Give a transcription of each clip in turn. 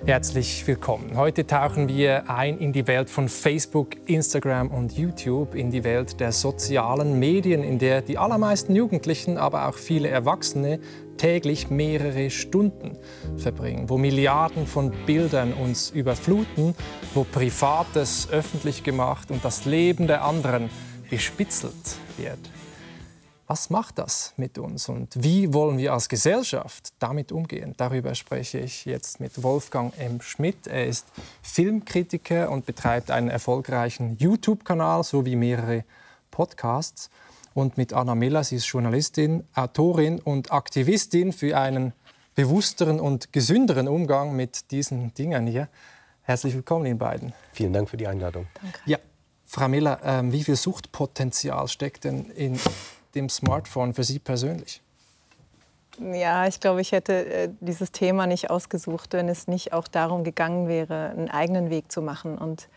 Herzlich willkommen. Heute tauchen wir ein in die Welt von Facebook, Instagram und YouTube, in die Welt der sozialen Medien, in der die allermeisten Jugendlichen, aber auch viele Erwachsene täglich mehrere Stunden verbringen, wo Milliarden von Bildern uns überfluten, wo Privates öffentlich gemacht und das Leben der anderen bespitzelt wird. Was macht das mit uns und wie wollen wir als Gesellschaft damit umgehen? Darüber spreche ich jetzt mit Wolfgang M. Schmidt. Er ist Filmkritiker und betreibt einen erfolgreichen YouTube-Kanal sowie mehrere Podcasts. Und mit Anna Miller, sie ist Journalistin, Autorin und Aktivistin für einen bewussteren und gesünderen Umgang mit diesen Dingen hier. Herzlich willkommen Ihnen beiden. Vielen Dank für die Einladung. Danke. Ja, Frau Miller, wie viel Suchtpotenzial steckt denn in dem Smartphone für Sie persönlich? Ja, ich glaube, ich hätte dieses Thema nicht ausgesucht, wenn es nicht auch darum gegangen wäre, einen eigenen Weg zu machen. Und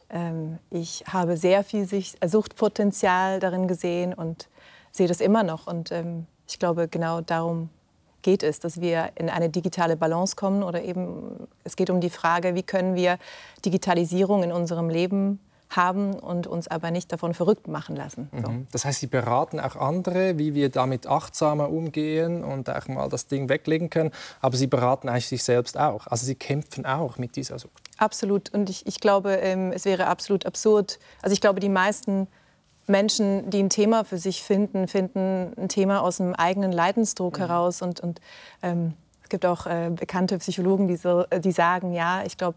ich habe sehr viel Suchtpotenzial darin gesehen und sehe das immer noch. Und ich glaube, genau darum geht es, dass wir in eine digitale Balance kommen. Oder eben, es geht um die Frage, wie können wir Digitalisierung in unserem Leben haben und uns aber nicht davon verrückt machen lassen. So. Das heißt, Sie beraten auch andere, wie wir damit achtsamer umgehen und auch mal das Ding weglegen können. Aber Sie beraten eigentlich sich selbst auch. Also Sie kämpfen auch mit dieser Sucht. Absolut. Und ich glaube, es wäre absolut absurd. Also ich glaube, die meisten Menschen, die ein Thema für sich finden ein Thema aus dem eigenen Leidensdruck heraus. Und es gibt auch bekannte Psychologen, die sagen, ja, ich glaube,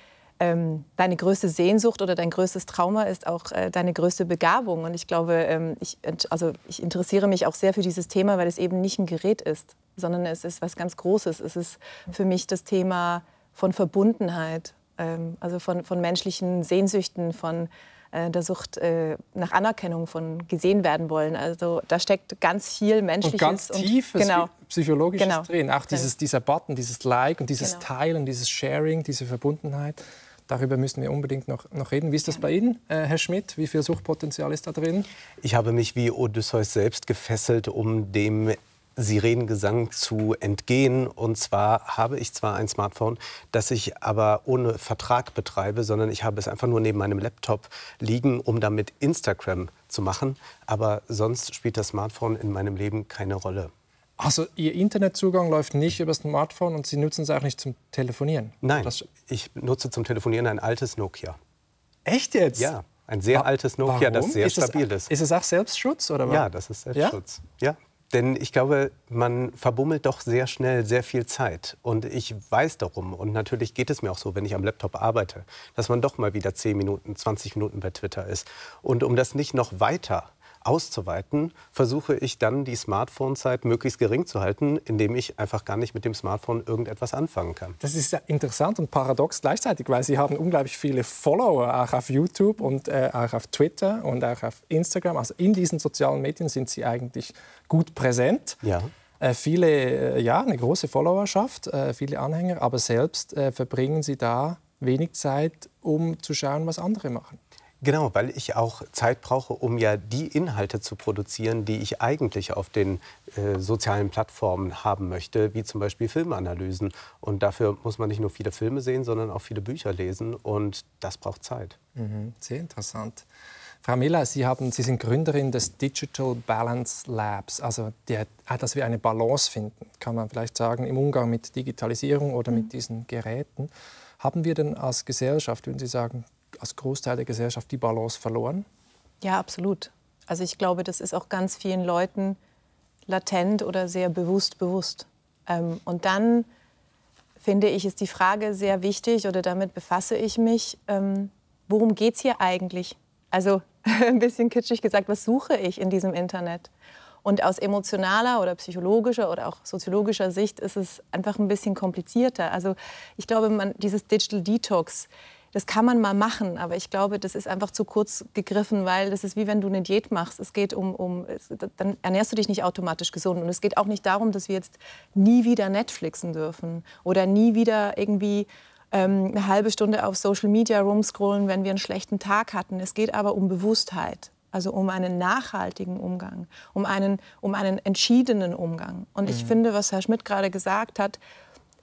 deine größte Sehnsucht oder dein größtes Trauma ist auch deine größte Begabung. Und ich glaube, ich interessiere mich auch sehr für dieses Thema, weil es eben nicht ein Gerät ist, sondern es ist was ganz Großes. Es ist für mich das Thema von Verbundenheit, also von menschlichen Sehnsüchten, von der Sucht nach Anerkennung, von gesehen werden wollen. Also da steckt ganz viel Menschliches. Und ganz tiefes genau, psychologisches drin. Auch genau. dieser Button, dieses Like und dieses Genau. Teilen, dieses Sharing, diese Verbundenheit. Darüber müssen wir unbedingt noch reden. Wie ist das bei Ihnen, Herr Schmidt? Wie viel Suchtpotenzial ist da drin? Ich habe mich wie Odysseus selbst gefesselt, um dem Sirenengesang zu entgehen. Und zwar habe ich zwar ein Smartphone, das ich aber ohne Vertrag betreibe, sondern ich habe es einfach nur neben meinem Laptop liegen, um damit Instagram zu machen. Aber sonst spielt das Smartphone in meinem Leben keine Rolle. Also Ihr Internetzugang läuft nicht über das Smartphone und Sie nutzen es auch nicht zum Telefonieren? Nein, ich nutze zum Telefonieren ein altes Nokia. Echt jetzt? Ja, ein sehr altes Nokia, das sehr stabil ist. Ist es auch Selbstschutz? Oder was? Ja, das ist Selbstschutz. Ja? Denn ich glaube, man verbummelt doch sehr schnell sehr viel Zeit. Und ich weiß darum, und natürlich geht es mir auch so, wenn ich am Laptop arbeite, dass man doch mal wieder 10 Minuten, 20 Minuten bei Twitter ist. Und um das nicht noch weiter auszuweiten, versuche ich dann, die Smartphone-Zeit möglichst gering zu halten, indem ich einfach gar nicht mit dem Smartphone irgendetwas anfangen kann. Das ist ja interessant und paradox gleichzeitig, weil Sie haben unglaublich viele Follower, auch auf YouTube und auch auf Twitter und auch auf Instagram. Also in diesen sozialen Medien sind Sie eigentlich gut präsent. Ja. Eine große Followerschaft, viele Anhänger, aber selbst verbringen Sie da wenig Zeit, um zu schauen, was andere machen. Genau, weil ich auch Zeit brauche, um ja die Inhalte zu produzieren, die ich eigentlich auf den sozialen Plattformen haben möchte, wie zum Beispiel Filmanalysen. Und dafür muss man nicht nur viele Filme sehen, sondern auch viele Bücher lesen. Und das braucht Zeit. Sehr interessant. Frau Miller, Sie sind Gründerin des Digital Balance Labs, also dass wir eine Balance finden, kann man vielleicht sagen, im Umgang mit Digitalisierung oder mit diesen Geräten. Haben wir denn als Gesellschaft, würden Sie sagen, als Großteil der Gesellschaft die Balance verloren? Ja, absolut. Also ich glaube, das ist auch ganz vielen Leuten latent oder sehr bewusst. Und dann finde ich, ist die Frage sehr wichtig, oder damit befasse ich mich, worum geht es hier eigentlich? Also ein bisschen kitschig gesagt, was suche ich in diesem Internet? Und aus emotionaler oder psychologischer oder auch soziologischer Sicht ist es einfach ein bisschen komplizierter. Also ich glaube, dieses Digital Detox, das kann man mal machen, aber ich glaube, das ist einfach zu kurz gegriffen, weil das ist wie wenn du eine Diät machst. Es geht dann ernährst du dich nicht automatisch gesund. Und es geht auch nicht darum, dass wir jetzt nie wieder Netflixen dürfen oder nie wieder irgendwie eine halbe Stunde auf Social Media rumscrollen, wenn wir einen schlechten Tag hatten. Es geht aber um Bewusstheit, also um einen nachhaltigen Umgang, um einen entschiedenen Umgang. Und ich finde, was Herr Schmidt gerade gesagt hat,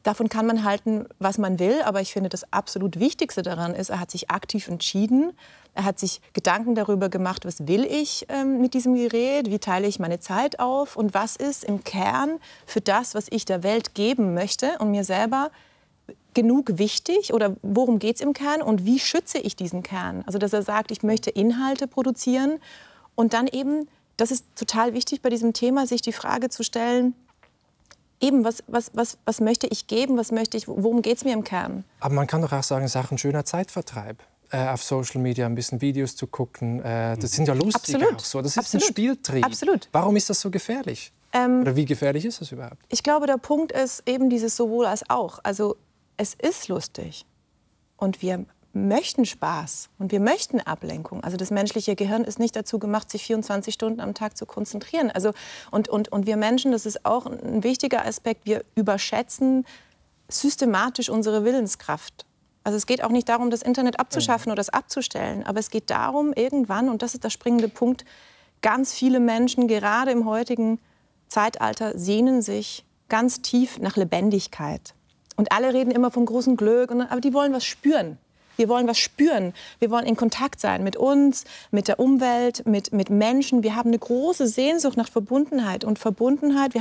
Davon kann man halten, was man will, aber ich finde, das absolut Wichtigste daran ist, er hat sich aktiv entschieden, er hat sich Gedanken darüber gemacht, was will ich mit diesem Gerät, wie teile ich meine Zeit auf und was ist im Kern für das, was ich der Welt geben möchte und mir selber genug wichtig oder worum geht es im Kern und wie schütze ich diesen Kern? Also dass er sagt, ich möchte Inhalte produzieren und dann eben, das ist total wichtig bei diesem Thema, sich die Frage zu stellen, eben, was möchte ich geben, worum geht es mir im Kern? Aber man kann doch auch sagen, es ist auch ein schöner Zeitvertreib. Auf Social Media ein bisschen Videos zu gucken, das sind ja lustig auch so. Das ist ein Spieltrieb. Absolut. Warum ist das so gefährlich? Oder wie gefährlich ist das überhaupt? Ich glaube, der Punkt ist eben dieses sowohl als auch. Also es ist lustig und wir möchten Spaß und wir möchten Ablenkung. Also das menschliche Gehirn ist nicht dazu gemacht, sich 24 Stunden am Tag zu konzentrieren. Also und wir Menschen, das ist auch ein wichtiger Aspekt, wir überschätzen systematisch unsere Willenskraft. Also es geht auch nicht darum, das Internet abzuschaffen oder das abzustellen, aber es geht darum, irgendwann, und das ist der springende Punkt, ganz viele Menschen, gerade im heutigen Zeitalter, sehnen sich ganz tief nach Lebendigkeit. Und alle reden immer vom großen Glück, aber die wollen was spüren. Wir wollen was spüren. Wir wollen in Kontakt sein mit uns, mit der Umwelt, mit Menschen. Wir haben eine große Sehnsucht nach Verbundenheit. Und Verbundenheit,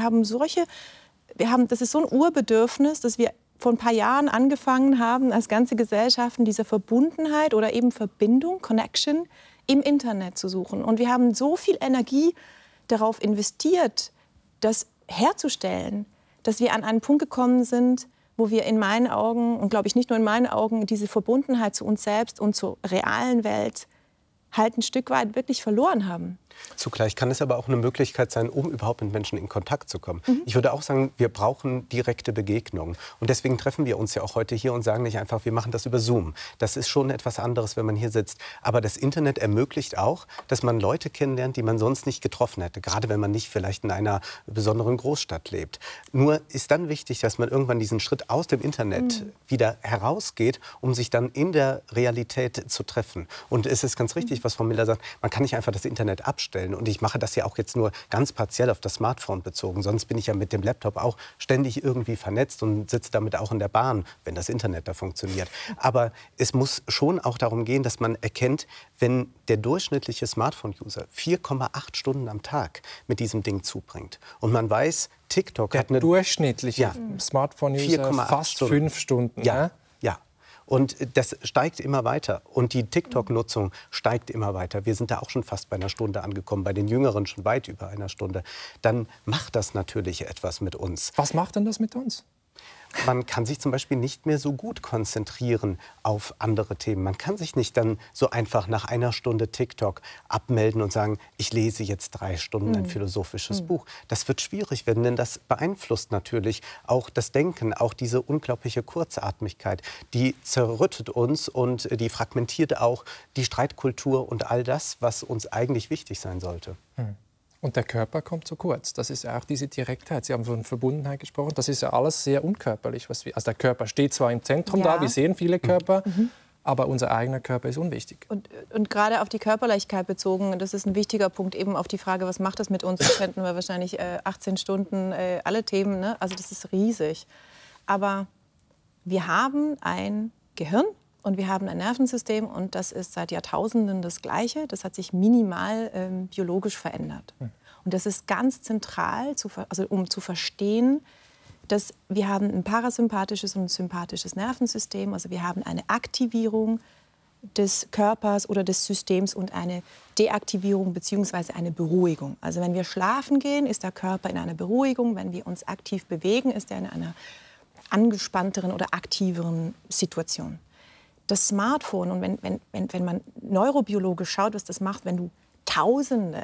das ist so ein Urbedürfnis, dass wir vor ein paar Jahren angefangen haben, als ganze Gesellschaften diese Verbundenheit oder eben Verbindung, Connection, im Internet zu suchen. Und wir haben so viel Energie darauf investiert, das herzustellen, dass wir an einen Punkt gekommen sind, wo wir in meinen Augen, und glaube ich nicht nur in meinen Augen, diese Verbundenheit zu uns selbst und zur realen Welt halt ein Stück weit wirklich verloren haben. Zugleich kann es aber auch eine Möglichkeit sein, um überhaupt mit Menschen in Kontakt zu kommen. Ich würde auch sagen, wir brauchen direkte Begegnungen. Und deswegen treffen wir uns ja auch heute hier und sagen nicht einfach, wir machen das über Zoom. Das ist schon etwas anderes, wenn man hier sitzt. Aber das Internet ermöglicht auch, dass man Leute kennenlernt, die man sonst nicht getroffen hätte. Gerade wenn man nicht vielleicht in einer besonderen Großstadt lebt. Nur ist dann wichtig, dass man irgendwann diesen Schritt aus dem Internet wieder herausgeht, um sich dann in der Realität zu treffen. Und es ist ganz richtig, was Frau Miller sagt, man kann nicht einfach das Internet abstellen. Und ich mache das ja auch jetzt nur ganz partiell auf das Smartphone bezogen. Sonst bin ich ja mit dem Laptop auch ständig irgendwie vernetzt und sitze damit auch in der Bahn, wenn das Internet da funktioniert. Aber es muss schon auch darum gehen, dass man erkennt, wenn der durchschnittliche Smartphone-User 4,8 Stunden am Tag mit diesem Ding zubringt und man weiß, TikTok hat eine durchschnittliche Smartphone-User fast 5 Stunden. Ja. Ne? Ja. Und das steigt immer weiter. Und die TikTok-Nutzung steigt immer weiter. Wir sind da auch schon fast bei einer Stunde angekommen, bei den Jüngeren schon weit über einer Stunde. Dann macht das natürlich etwas mit uns. Was macht denn das mit uns? Man kann sich zum Beispiel nicht mehr so gut konzentrieren auf andere Themen. Man kann sich nicht dann so einfach nach einer Stunde TikTok abmelden und sagen, ich lese jetzt 3 Stunden ein philosophisches Buch. Das wird schwierig werden, denn das beeinflusst natürlich auch das Denken, auch diese unglaubliche Kurzatmigkeit. Die zerrüttet uns und die fragmentiert auch die Streitkultur und all das, was uns eigentlich wichtig sein sollte. Und der Körper kommt zu kurz. Das ist ja auch diese Direktheit. Sie haben von Verbundenheit gesprochen. Das ist ja alles sehr unkörperlich. Also der Körper steht zwar im Zentrum da, wir sehen viele Körper, aber unser eigener Körper ist unwichtig. Und gerade auf die Körperlichkeit bezogen, das ist ein wichtiger Punkt, eben auf die Frage, was macht das mit uns? Da könnten wir wahrscheinlich 18 Stunden alle Themen, ne? Also das ist riesig. Aber wir haben ein Gehirn und wir haben ein Nervensystem und das ist seit Jahrtausenden das Gleiche. Das hat sich minimal biologisch verändert. Und das ist ganz zentral, um zu verstehen, dass wir haben ein parasympathisches und ein sympathisches Nervensystem. Also wir haben eine Aktivierung des Körpers oder des Systems und eine Deaktivierung bzw. eine Beruhigung. Also wenn wir schlafen gehen, ist der Körper in einer Beruhigung. Wenn wir uns aktiv bewegen, ist er in einer angespannteren oder aktiveren Situation. Das Smartphone, und wenn man neurobiologisch schaut, was das macht, wenn du tausende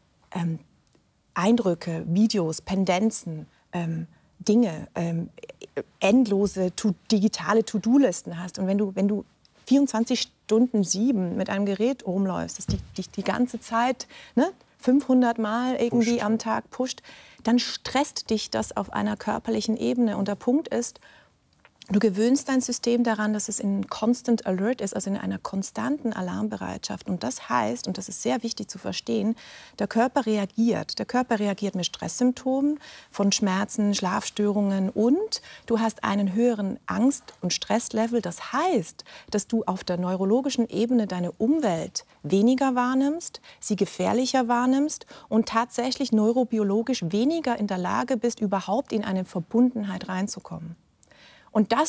Eindrücke, Videos, Pendenzen, Dinge, endlose digitale To-Do-Listen hast und wenn du 24/7 mit einem Gerät rumläufst, das dich die ganze Zeit 500 Mal irgendwie am Tag pusht, dann stresst dich das auf einer körperlichen Ebene. Und der Punkt ist, Du gewöhnst dein System daran, dass es in Constant Alert ist, also in einer konstanten Alarmbereitschaft. Und das heißt, und das ist sehr wichtig zu verstehen, der Körper reagiert. Der Körper reagiert mit Stresssymptomen von Schmerzen, Schlafstörungen und du hast einen höheren Angst- und Stresslevel. Das heißt, dass du auf der neurologischen Ebene deine Umwelt weniger wahrnimmst, sie gefährlicher wahrnimmst und tatsächlich neurobiologisch weniger in der Lage bist, überhaupt in eine Verbundenheit reinzukommen. Und da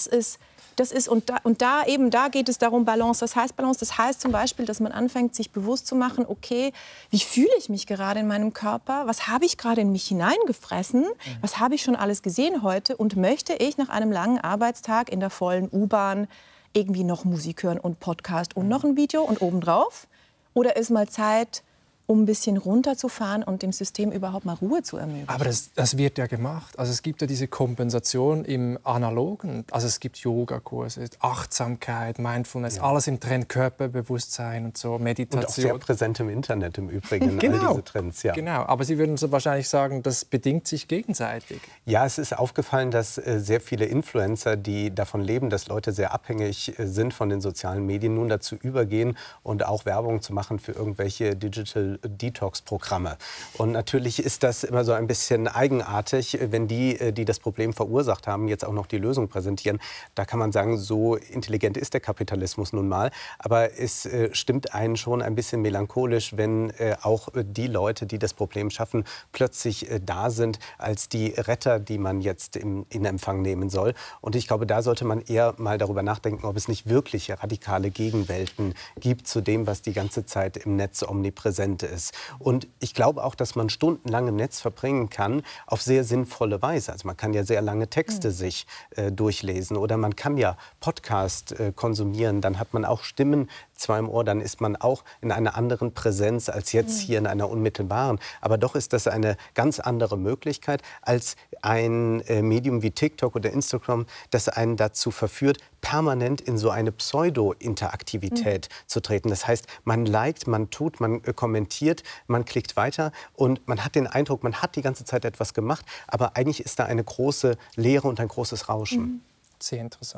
geht es darum, Balance. Das heißt zum Beispiel, dass man anfängt, sich bewusst zu machen, okay, wie fühle ich mich gerade in meinem Körper? Was habe ich gerade in mich hineingefressen? Was habe ich schon alles gesehen heute? Und möchte ich nach einem langen Arbeitstag in der vollen U-Bahn irgendwie noch Musik hören und Podcast und noch ein Video und obendrauf? Oder ist mal Zeit, um ein bisschen runterzufahren und dem System überhaupt mal Ruhe zu ermöglichen? Aber das wird ja gemacht. Also es gibt ja diese Kompensation im Analogen. Also es gibt Yogakurse, Achtsamkeit, Mindfulness, alles im Trend, Körperbewusstsein und so, Meditation. Und auch sehr präsent im Internet im Übrigen, Genau. all diese Trends. Ja. Genau, aber Sie würden so wahrscheinlich sagen, das bedingt sich gegenseitig. Ja, es ist aufgefallen, dass sehr viele Influencer, die davon leben, dass Leute sehr abhängig sind von den sozialen Medien, nun dazu übergehen und auch Werbung zu machen für irgendwelche Digital Detox-Programme. Und natürlich ist das immer so ein bisschen eigenartig, wenn die das Problem verursacht haben, jetzt auch noch die Lösung präsentieren. Da kann man sagen, so intelligent ist der Kapitalismus nun mal. Aber es stimmt einen schon ein bisschen melancholisch, wenn auch die Leute, die das Problem schaffen, plötzlich da sind als die Retter, die man jetzt in Empfang nehmen soll. Und ich glaube, da sollte man eher mal darüber nachdenken, ob es nicht wirklich radikale Gegenwelten gibt zu dem, was die ganze Zeit im Netz omnipräsent ist. Und ich glaube auch, dass man stundenlang im Netz verbringen kann auf sehr sinnvolle Weise. Also man kann ja sehr lange Texte sich durchlesen oder man kann ja Podcast konsumieren. Dann hat man auch Stimmen zwar im Ohr, dann ist man auch in einer anderen Präsenz als jetzt hier in einer unmittelbaren. Aber doch ist das eine ganz andere Möglichkeit als ein Medium wie TikTok oder Instagram, das einen dazu verführt, permanent in so eine Pseudo-Interaktivität zu treten. Das heißt, man liked, man tut, man kommentiert, man klickt weiter und man hat den Eindruck, man hat die ganze Zeit etwas gemacht, aber eigentlich ist da eine große Leere und ein großes Rauschen. Sehr interessant.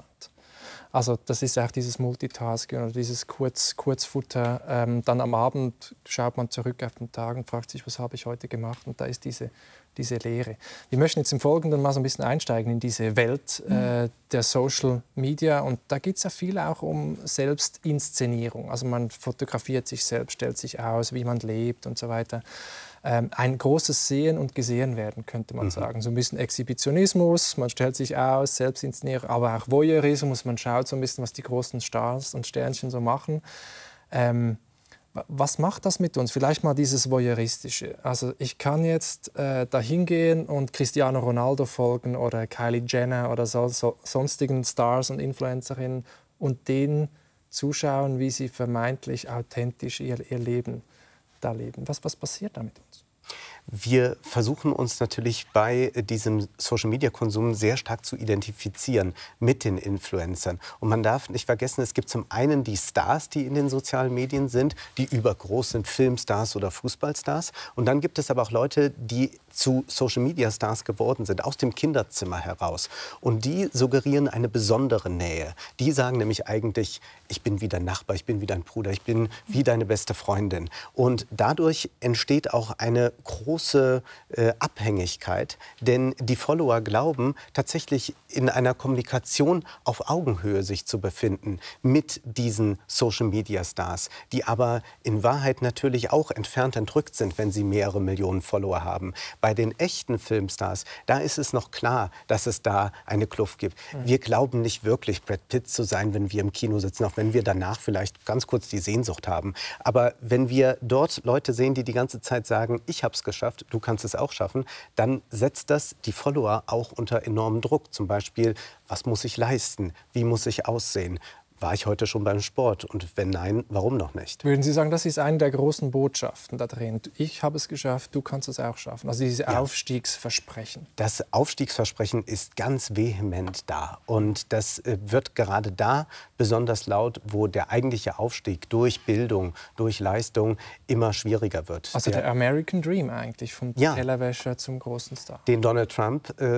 Also das ist auch dieses Multitasking oder dieses Kurzfutter. Dann am Abend schaut man zurück auf den Tag und fragt sich, was habe ich heute gemacht? Und da ist diese Leere. Wir möchten jetzt im Folgenden mal so ein bisschen einsteigen in diese Welt der Social Media. Und da geht es ja viel auch um Selbstinszenierung. Also man fotografiert sich selbst, stellt sich aus, wie man lebt und so weiter. Ein großes Sehen und Gesehen werden, könnte man sagen. So ein bisschen Exhibitionismus, man stellt sich aus, Selbstinszenierung, aber auch Voyeurismus, man schaut so ein bisschen, was die großen Stars und Sternchen so machen. Was macht das mit uns? Vielleicht mal dieses Voyeuristische. Also ich kann jetzt da hingehen und Cristiano Ronaldo folgen oder Kylie Jenner oder sonstigen Stars und Influencerinnen und denen zuschauen, wie sie vermeintlich authentisch ihr Leben da leben. Was passiert da mit uns? Wir versuchen uns natürlich bei diesem Social-Media-Konsum sehr stark zu identifizieren mit den Influencern. Und man darf nicht vergessen, es gibt zum einen die Stars, die in den sozialen Medien sind, die übergroß sind, Filmstars oder Fußballstars. Und dann gibt es aber auch Leute, die zu Social-Media-Stars geworden sind, aus dem Kinderzimmer heraus. Und die suggerieren eine besondere Nähe. Die sagen nämlich eigentlich, ich bin wie dein Nachbar, ich bin wie dein Bruder, ich bin wie deine beste Freundin. Und dadurch entsteht auch eine große Abhängigkeit, denn die Follower glauben tatsächlich in einer Kommunikation auf Augenhöhe sich zu befinden mit diesen Social-Media-Stars, die aber in Wahrheit natürlich auch entfernt entrückt sind, wenn sie mehrere Millionen Follower haben. Bei den echten Filmstars, da ist es noch klar, dass es da eine Kluft gibt. Wir glauben nicht wirklich, Brad Pitt zu sein, wenn wir im Kino sitzen, auch wenn wir danach vielleicht ganz kurz die Sehnsucht haben. Aber wenn wir dort Leute sehen, die die ganze Zeit sagen, ich habe es geschafft, du kannst es auch schaffen, dann setzt das die Follower auch unter enormen Druck. Zum Beispiel, was muss ich leisten? Wie muss ich aussehen? War ich heute schon beim Sport? Und wenn nein, warum noch nicht? Würden Sie sagen, das ist eine der großen Botschaften da drin? Ich habe es geschafft, du kannst es auch schaffen. Also dieses Aufstiegsversprechen. Das Aufstiegsversprechen ist ganz vehement da. Und das wird gerade da besonders laut, wo der eigentliche Aufstieg durch Bildung, durch Leistung immer schwieriger wird. Also der American Dream eigentlich, vom Tellerwäscher zum großen Star. Den Donald Trump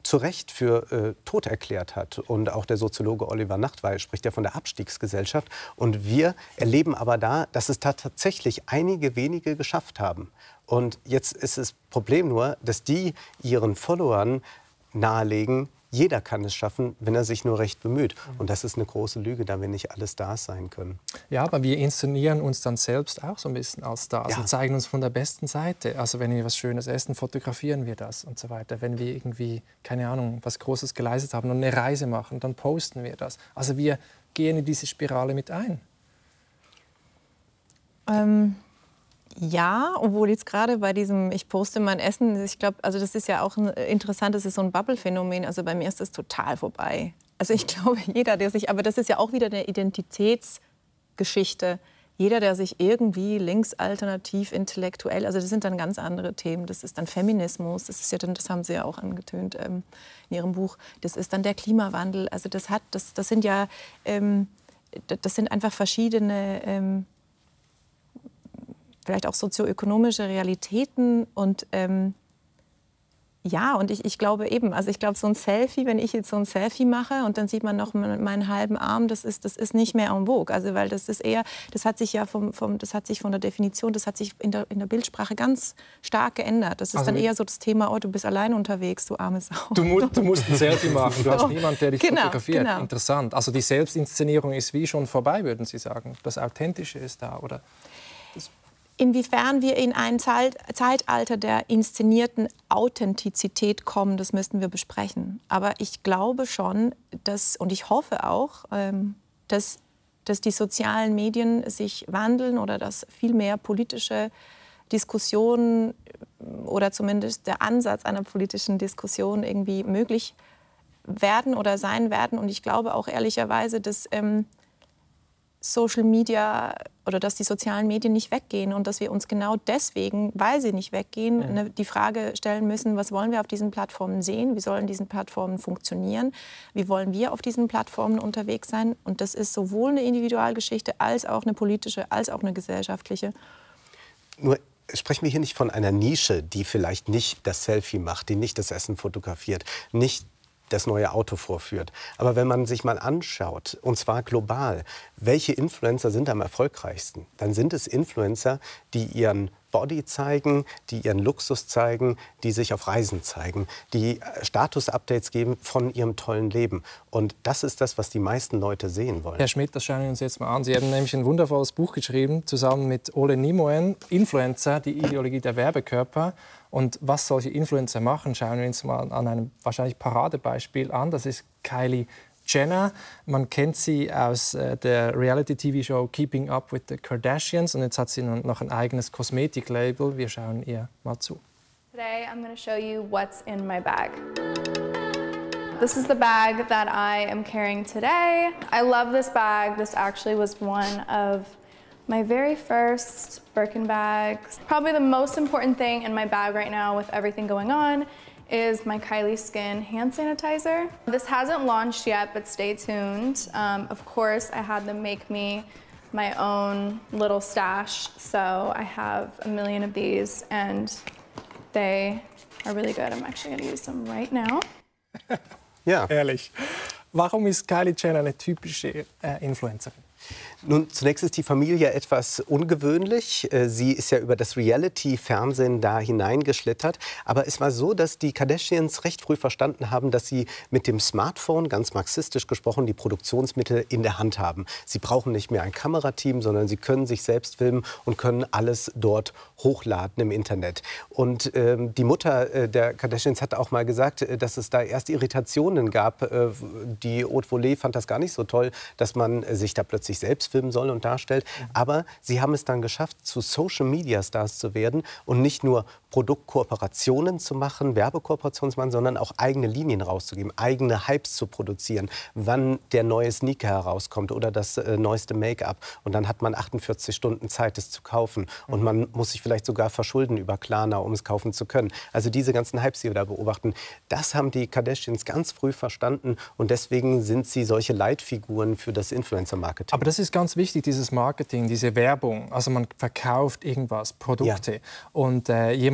zu Recht für tot erklärt hat. Und auch der Soziologe Oliver Nachtwey spricht ja von der Abstiegsgesellschaft. Und wir erleben aber da, dass es da tatsächlich einige wenige geschafft haben. Und jetzt ist das Problem nur, dass die ihren Followern nahelegen, jeder kann es schaffen, wenn er sich nur recht bemüht. Und das ist eine große Lüge, da wir nicht alle Stars sein können. Ja, aber wir inszenieren uns dann selbst auch so ein bisschen als Stars und zeigen uns von der besten Seite. Also wenn wir was Schönes essen, fotografieren wir das und so weiter. Wenn wir irgendwie, keine Ahnung, was Großes geleistet haben und eine Reise machen, dann posten wir das. Also wir gehen in diese Spirale mit ein. Ja, obwohl jetzt gerade bei diesem, ich poste mein Essen, ich glaube, also das ist ja auch interessant, das ist so ein Bubble-Phänomen. Also bei mir ist das total vorbei. Also ich glaube, jeder, der sich, aber das ist ja auch wieder eine Identitätsgeschichte. Jeder, der sich irgendwie linksalternativ, intellektuell, also das sind dann ganz andere Themen. Das ist dann Feminismus, das ist ja dann, das haben Sie ja auch angetönt in Ihrem Buch. Das ist dann der Klimawandel. Also das sind ja, das sind einfach verschiedene vielleicht auch sozioökonomische Realitäten und ja, und ich glaube eben, also ich glaube, so ein Selfie, wenn ich jetzt so ein Selfie mache und dann sieht man noch meinen halben Arm, das ist nicht mehr en vogue. Also weil das ist eher, das hat sich ja das hat sich von der Definition, das hat sich in der Bildsprache ganz stark geändert. Das ist dann eher so das Thema, oh, du bist allein unterwegs, du arme Sau. Du musst ein Selfie machen, du hast niemanden, der dich fotografiert. Genau. Interessant. Also die Selbstinszenierung ist wie schon vorbei, würden Sie sagen. Das Authentische ist da, oder? Inwiefern wir in ein Zeitalter der inszenierten Authentizität kommen, das müssten wir besprechen. Aber ich glaube schon, und ich hoffe auch, dass die sozialen Medien sich wandeln oder dass viel mehr politische Diskussionen oder zumindest der Ansatz einer politischen Diskussion irgendwie möglich werden oder sein werden. Und ich glaube auch ehrlicherweise, dass Social Media oder dass die sozialen Medien nicht weggehen und dass wir uns genau deswegen, weil sie nicht weggehen, die Frage stellen müssen, was wollen wir auf diesen Plattformen sehen, wie sollen diese Plattformen funktionieren, wie wollen wir auf diesen Plattformen unterwegs sein. Und das ist sowohl eine Individualgeschichte als auch eine politische, als auch eine gesellschaftliche. Nur sprechen wir hier nicht von einer Nische, die vielleicht nicht das Selfie macht, die nicht das Essen fotografiert, nicht das neue Auto vorführt. Aber wenn man sich mal anschaut, und zwar global, welche Influencer sind am erfolgreichsten, dann sind es Influencer, die ihren Body zeigen, die ihren Luxus zeigen, die sich auf Reisen zeigen, die Status-Updates geben von ihrem tollen Leben. Und das ist das, was die meisten Leute sehen wollen. Herr Schmidt, das schauen wir uns jetzt mal an. Sie haben nämlich ein wundervolles Buch geschrieben, zusammen mit Ole Nimoen, Influencer, die Ideologie der Werbekörper. Und was solche Influencer machen, schauen wir uns mal an einem wahrscheinlich Paradebeispiel an. Das ist Kylie Jenner. Man kennt sie aus der Reality-TV-Show Keeping Up with the Kardashians. Und jetzt hat sie noch ein eigenes Kosmetiklabel. Wir schauen ihr mal zu. Today I'm going to show you what's in my bag. This is the bag that I am carrying today. I love this bag. This actually was one of my very first Birkin bags. Probably the most important thing in my bag right now with everything going on is my Kylie Skin hand sanitizer. This hasn't launched yet, but stay tuned. Of course, I had them make me my own little stash, so I have a million of these, and they are really good. I'm actually going to use them right now. Ja. Ehrlich. Warum ist Kylie Jenner eine typische Influencerin? Nun, zunächst ist die Familie etwas ungewöhnlich. Sie ist ja über das Reality-Fernsehen da hineingeschlittert. Aber es war so, dass die Kardashians recht früh verstanden haben, dass sie mit dem Smartphone, ganz marxistisch gesprochen, die Produktionsmittel in der Hand haben. Sie brauchen nicht mehr ein Kamerateam, sondern sie können sich selbst filmen und können alles dort hochladen im Internet. Und die Mutter der Kardashians hat auch mal gesagt, dass es da erst Irritationen gab. Die Haute Volée fand das gar nicht so toll, dass man sich da plötzlich selbst filmen soll und darstellt. Aber sie haben es dann geschafft, zu Social-Media-Stars zu werden und nicht nur Produktkooperationen zu machen, Werbekooperationen zu machen, sondern auch eigene Linien rauszugeben, eigene Hypes zu produzieren, wann der neue Sneaker herauskommt oder das neueste Make-up. Und dann hat man 48 Stunden Zeit, es zu kaufen. Und man muss sich vielleicht sogar verschulden über Klarna, um es kaufen zu können. Also diese ganzen Hypes, die wir da beobachten, das haben die Kardashians ganz früh verstanden. Und deswegen sind sie solche Leitfiguren für das Influencer-Marketing. Aber das ist ganz wichtig, dieses Marketing, diese Werbung. Also man verkauft irgendwas, Produkte. Ja. Und jemand,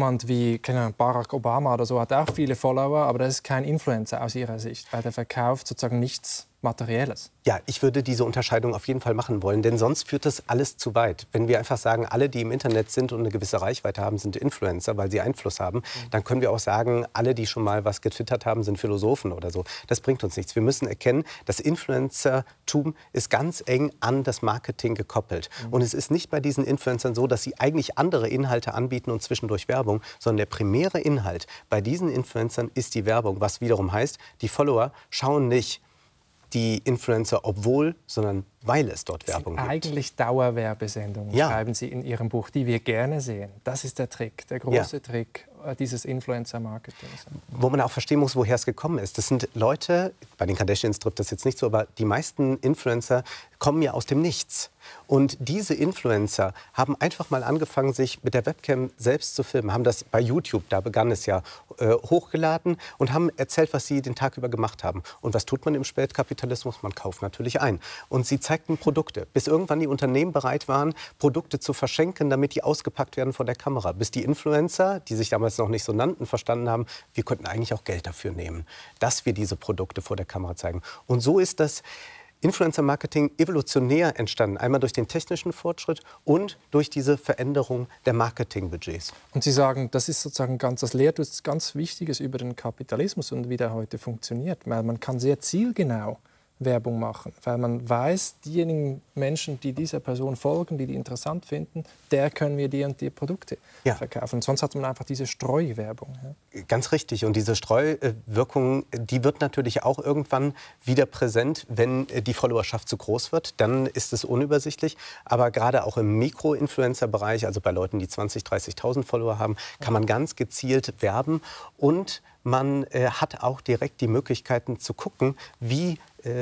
jemand wie Barack Obama oder so hat auch viele Follower, aber das ist kein Influencer aus Ihrer Sicht, weil der verkauft sozusagen nichts Materielles. Ja, ich würde diese Unterscheidung auf jeden Fall machen wollen, denn sonst führt das alles zu weit. Wenn wir einfach sagen, alle, die im Internet sind und eine gewisse Reichweite haben, sind Influencer, weil sie Einfluss haben, dann können wir auch sagen, alle, die schon mal was getwittert haben, sind Philosophen oder so. Das bringt uns nichts. Wir müssen erkennen, das Influencertum ist ganz eng an das Marketing gekoppelt. Und es ist nicht bei diesen Influencern so, dass sie eigentlich andere Inhalte anbieten und zwischendurch Werbung, sondern der primäre Inhalt bei diesen Influencern ist die Werbung, was wiederum heißt, die Follower schauen nicht die Influencer obwohl, sondern weil es dort Werbung gibt. Eigentlich Dauerwerbesendungen, schreiben Sie in Ihrem Buch, die wir gerne sehen. Das ist der Trick, der große Trick dieses Influencer-Marketings. Wo man auch verstehen muss, woher es gekommen ist. Das sind Leute, bei den Kardashians trifft das jetzt nicht so, aber die meisten Influencer kommen ja aus dem Nichts. Und diese Influencer haben einfach mal angefangen, sich mit der Webcam selbst zu filmen, haben das bei YouTube, da begann es ja, hochgeladen und haben erzählt, was sie den Tag über gemacht haben. Und was tut man im Spätkapitalismus? Man kauft natürlich ein. Und sie zeigten Produkte, bis irgendwann die Unternehmen bereit waren, Produkte zu verschenken, damit die ausgepackt werden vor der Kamera. Bis die Influencer, die sich damals noch nicht so nannten, verstanden haben, wir könnten eigentlich auch Geld dafür nehmen, dass wir diese Produkte vor der Kamera zeigen. Und so ist das Influencer-Marketing evolutionär entstanden. Einmal durch den technischen Fortschritt und durch diese Veränderung der Marketingbudgets. Und Sie sagen, das ist sozusagen das lehrt uns ganz Wichtiges über den Kapitalismus und wie der heute funktioniert. Weil man kann sehr zielgenau Werbung machen, weil man weiß, diejenigen Menschen, die dieser Person folgen, die interessant finden, der können wir die und die Produkte verkaufen. Und sonst hat man einfach diese Streuwerbung. Ja. Ganz richtig. Und diese Streuwirkung, die wird natürlich auch irgendwann wieder präsent, wenn die Followerschaft zu groß wird. Dann ist es unübersichtlich. Aber gerade auch im Mikro-Influencer-Bereich, also bei Leuten, die 20.000, 30.000 Follower haben, kann man ganz gezielt werben. Und man hat auch direkt die Möglichkeiten zu gucken, wie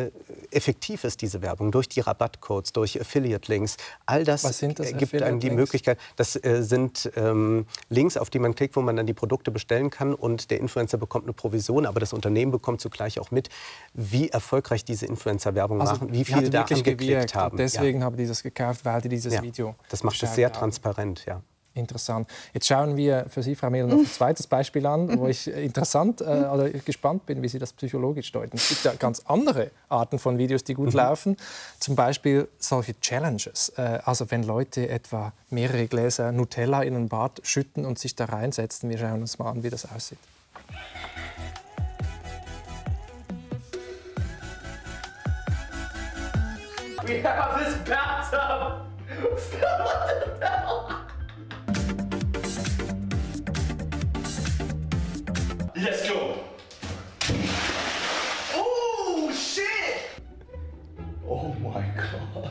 effektiv ist diese Werbung durch die Rabattcodes, durch Affiliate-Links. All das gibt einem die Möglichkeit. Das sind Links, auf die man klickt, wo man dann die Produkte bestellen kann und der Influencer bekommt eine Provision, aber das Unternehmen bekommt zugleich auch mit, wie erfolgreich diese Influencer-Werbung machen, wie viel da angeklickt haben. Deswegen habe ich das gekauft, weil die dieses Video das macht es sehr transparent, Interessant. Jetzt schauen wir für Sie, Frau Mehler, noch ein zweites Beispiel an, wo ich oder gespannt bin, wie Sie das psychologisch deuten. Es gibt ja ganz andere Arten von Videos, die gut laufen. Zum Beispiel solche Challenges. Also wenn Leute etwa mehrere Gläser Nutella in ein Bad schütten und sich da reinsetzen. Wir schauen uns mal an, wie das aussieht. We have this bathtub filled with Nutella. Let's go. Oh, shit. Oh, my God.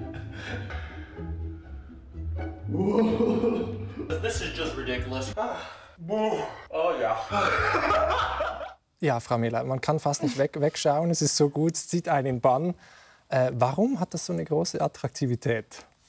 This is just ridiculous. Oh, ja. Ja, Frau Mehler, man kann fast nicht wegschauen. Es ist so gut, es zieht einen in Bann. Warum hat das so eine große Attraktivität?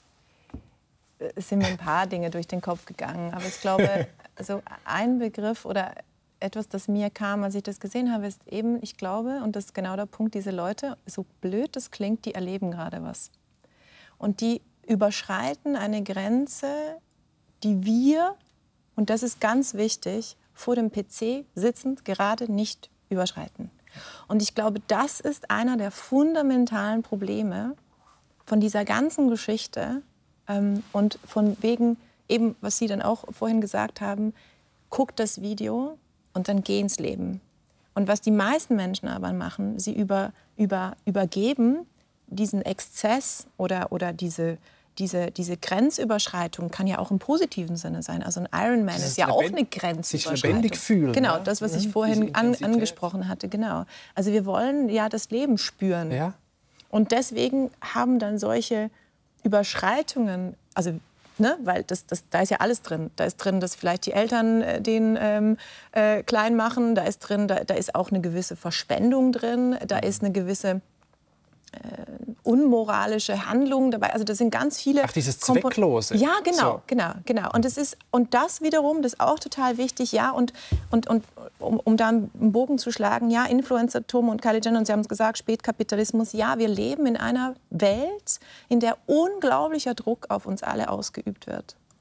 Es sind mir ein paar Dinge durch den Kopf gegangen. Aber ich glaube, also ein Begriff oder etwas, das mir kam, als ich das gesehen habe, ist eben, ich glaube, und das ist genau der Punkt, diese Leute, so blöd das klingt, die erleben gerade was. Und die überschreiten eine Grenze, die wir, und das ist ganz wichtig, vor dem PC sitzend gerade nicht überschreiten. Und ich glaube, das ist einer der fundamentalen Probleme von dieser ganzen Geschichte und von wegen, eben, was Sie dann auch vorhin gesagt haben, guckt das Video und dann geh ins Leben. Und was die meisten Menschen aber machen, sie übergeben diesen Exzess oder diese Grenzüberschreitung, kann ja auch im positiven Sinne sein. Also ein Ironman ist ja auch eine Grenzüberschreitung. Sich lebendig fühlen. Genau, ja? das, was ich vorhin angesprochen hatte. Genau. Also wir wollen ja das Leben spüren. Ja. Und deswegen haben dann solche Überschreitungen, also weil da ist ja alles drin. Da ist drin, dass vielleicht die Eltern den klein machen. Da ist drin, da ist auch eine gewisse Verschwendung drin. Da ist eine gewisse unmoralische Handlung dabei. Also das sind ganz viele. Ach, dieses Zwecklose. Ja, genau, so. genau. Und das wiederum, das ist auch total wichtig. Ja, und um da einen Bogen zu schlagen, ja, Influencertum und Kylie Jenner, und Sie haben es gesagt, Spätkapitalismus. Ja, wir leben in einer Welt, in der unglaublicher Druck auf uns alle ausgeübt wird.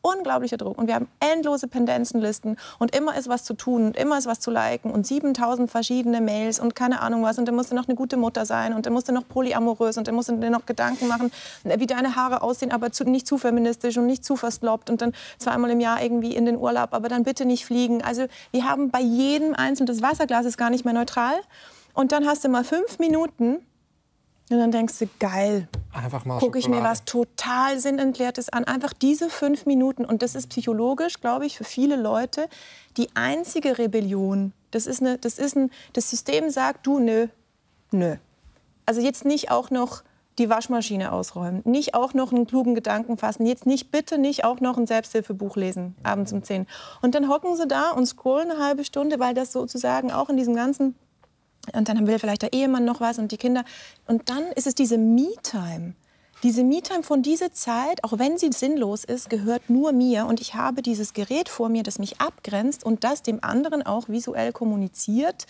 unglaublicher Druck. Und wir haben endlose Pendenzenlisten und immer ist was zu tun und immer ist was zu liken und 7000 verschiedene Mails und keine Ahnung was. Und dann musst du noch eine gute Mutter sein und dann musst du noch polyamorös und dann musst du dir noch Gedanken machen, wie deine Haare aussehen, aber nicht zu feministisch und nicht zu versloppt und dann zweimal im Jahr irgendwie in den Urlaub, aber dann bitte nicht fliegen. Also wir haben bei jedem einzelnen, das Wasserglas ist gar nicht mehr neutral. Und dann hast du mal 5 Minuten und dann denkst du, geil, Einfach mal gucke ich mir Schokolade. was total Sinnentleertes an. Einfach diese 5 Minuten. Und das ist psychologisch, glaube ich, für viele Leute die einzige Rebellion. Das System sagt, du, nö. Also jetzt nicht auch noch die Waschmaschine ausräumen, nicht auch noch einen klugen Gedanken fassen, jetzt bitte nicht auch noch ein Selbsthilfebuch lesen, abends um 10. Und dann hocken sie da und scrollen eine halbe Stunde, weil das sozusagen auch in diesem ganzen... Und dann will vielleicht der Ehemann noch was und die Kinder. Und dann ist es diese Me-Time. Diese Me-Time von dieser Zeit, auch wenn sie sinnlos ist, gehört nur mir. Und ich habe dieses Gerät vor mir, das mich abgrenzt und das dem anderen auch visuell kommuniziert,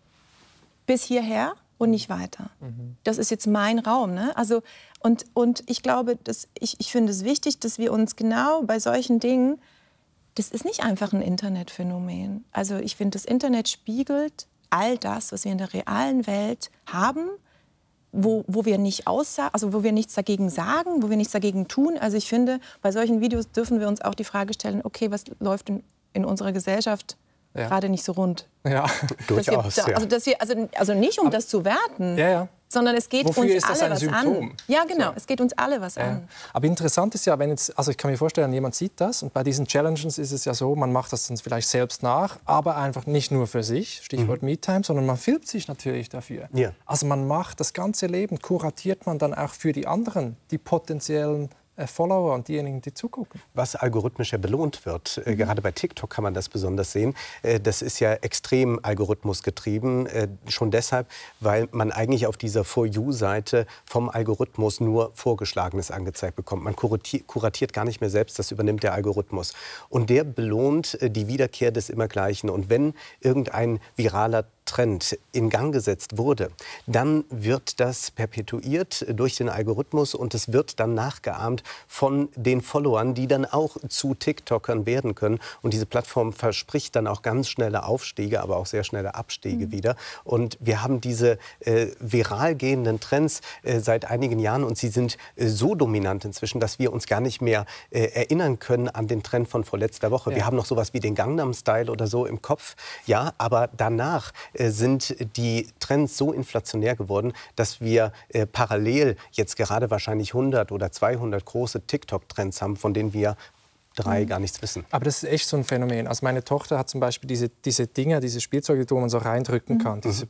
bis hierher und nicht weiter. Das ist jetzt mein Raum. Ne? Also, und ich glaube, ich finde es wichtig, dass wir uns genau bei solchen Dingen, das ist nicht einfach ein Internetphänomen. Also ich finde, das Internet spiegelt all das, was wir in der realen Welt haben, wo wir wo wir nichts dagegen sagen, wo wir nichts dagegen tun. Also ich finde, bei solchen Videos dürfen wir uns auch die Frage stellen, okay, was läuft in unserer Gesellschaft gerade nicht so rund? Ja, durchaus. Also nicht, um das zu werten, sondern es geht Wofür uns ist das alle ein was Symptom? an. Ja, genau, es geht uns alle was an. Aber interessant ist ja, also ich kann mir vorstellen, jemand sieht das und bei diesen Challenges ist es ja so, man macht das dann vielleicht selbst nach, aber einfach nicht nur für sich, Stichwort Me-Time, sondern man filmt sich natürlich dafür. Ja. Also man macht das ganze Leben, kuratiert man dann auch für die anderen, die potenziellen Follower und diejenigen, die zugucken. Was algorithmisch ja belohnt wird, gerade bei TikTok kann man das besonders sehen, das ist ja extrem algorithmusgetrieben, schon deshalb, weil man eigentlich auf dieser For You-Seite vom Algorithmus nur Vorgeschlagenes angezeigt bekommt. Man kuratiert gar nicht mehr selbst, das übernimmt der Algorithmus. Und der belohnt die Wiederkehr des Immergleichen. Und wenn irgendein viraler Trend in Gang gesetzt wurde, dann wird das perpetuiert durch den Algorithmus und es wird dann nachgeahmt von den Followern, die dann auch zu TikTokern werden können. Und diese Plattform verspricht dann auch ganz schnelle Aufstiege, aber auch sehr schnelle Abstiege wieder. Und wir haben diese viral gehenden Trends seit einigen Jahren und sie sind so dominant inzwischen, dass wir uns gar nicht mehr erinnern können an den Trend von vorletzter Woche. Wir haben noch sowas wie den Gangnam Style oder so im Kopf, ja, aber danach sind die Trends so inflationär geworden, dass wir parallel jetzt gerade wahrscheinlich 100 oder 200 große TikTok-Trends haben, von denen wir 3 gar nichts wissen. Aber das ist echt so ein Phänomen. Also meine Tochter hat zum Beispiel diese Dinger, diese Spielzeuge, wo man so reindrücken kann, diese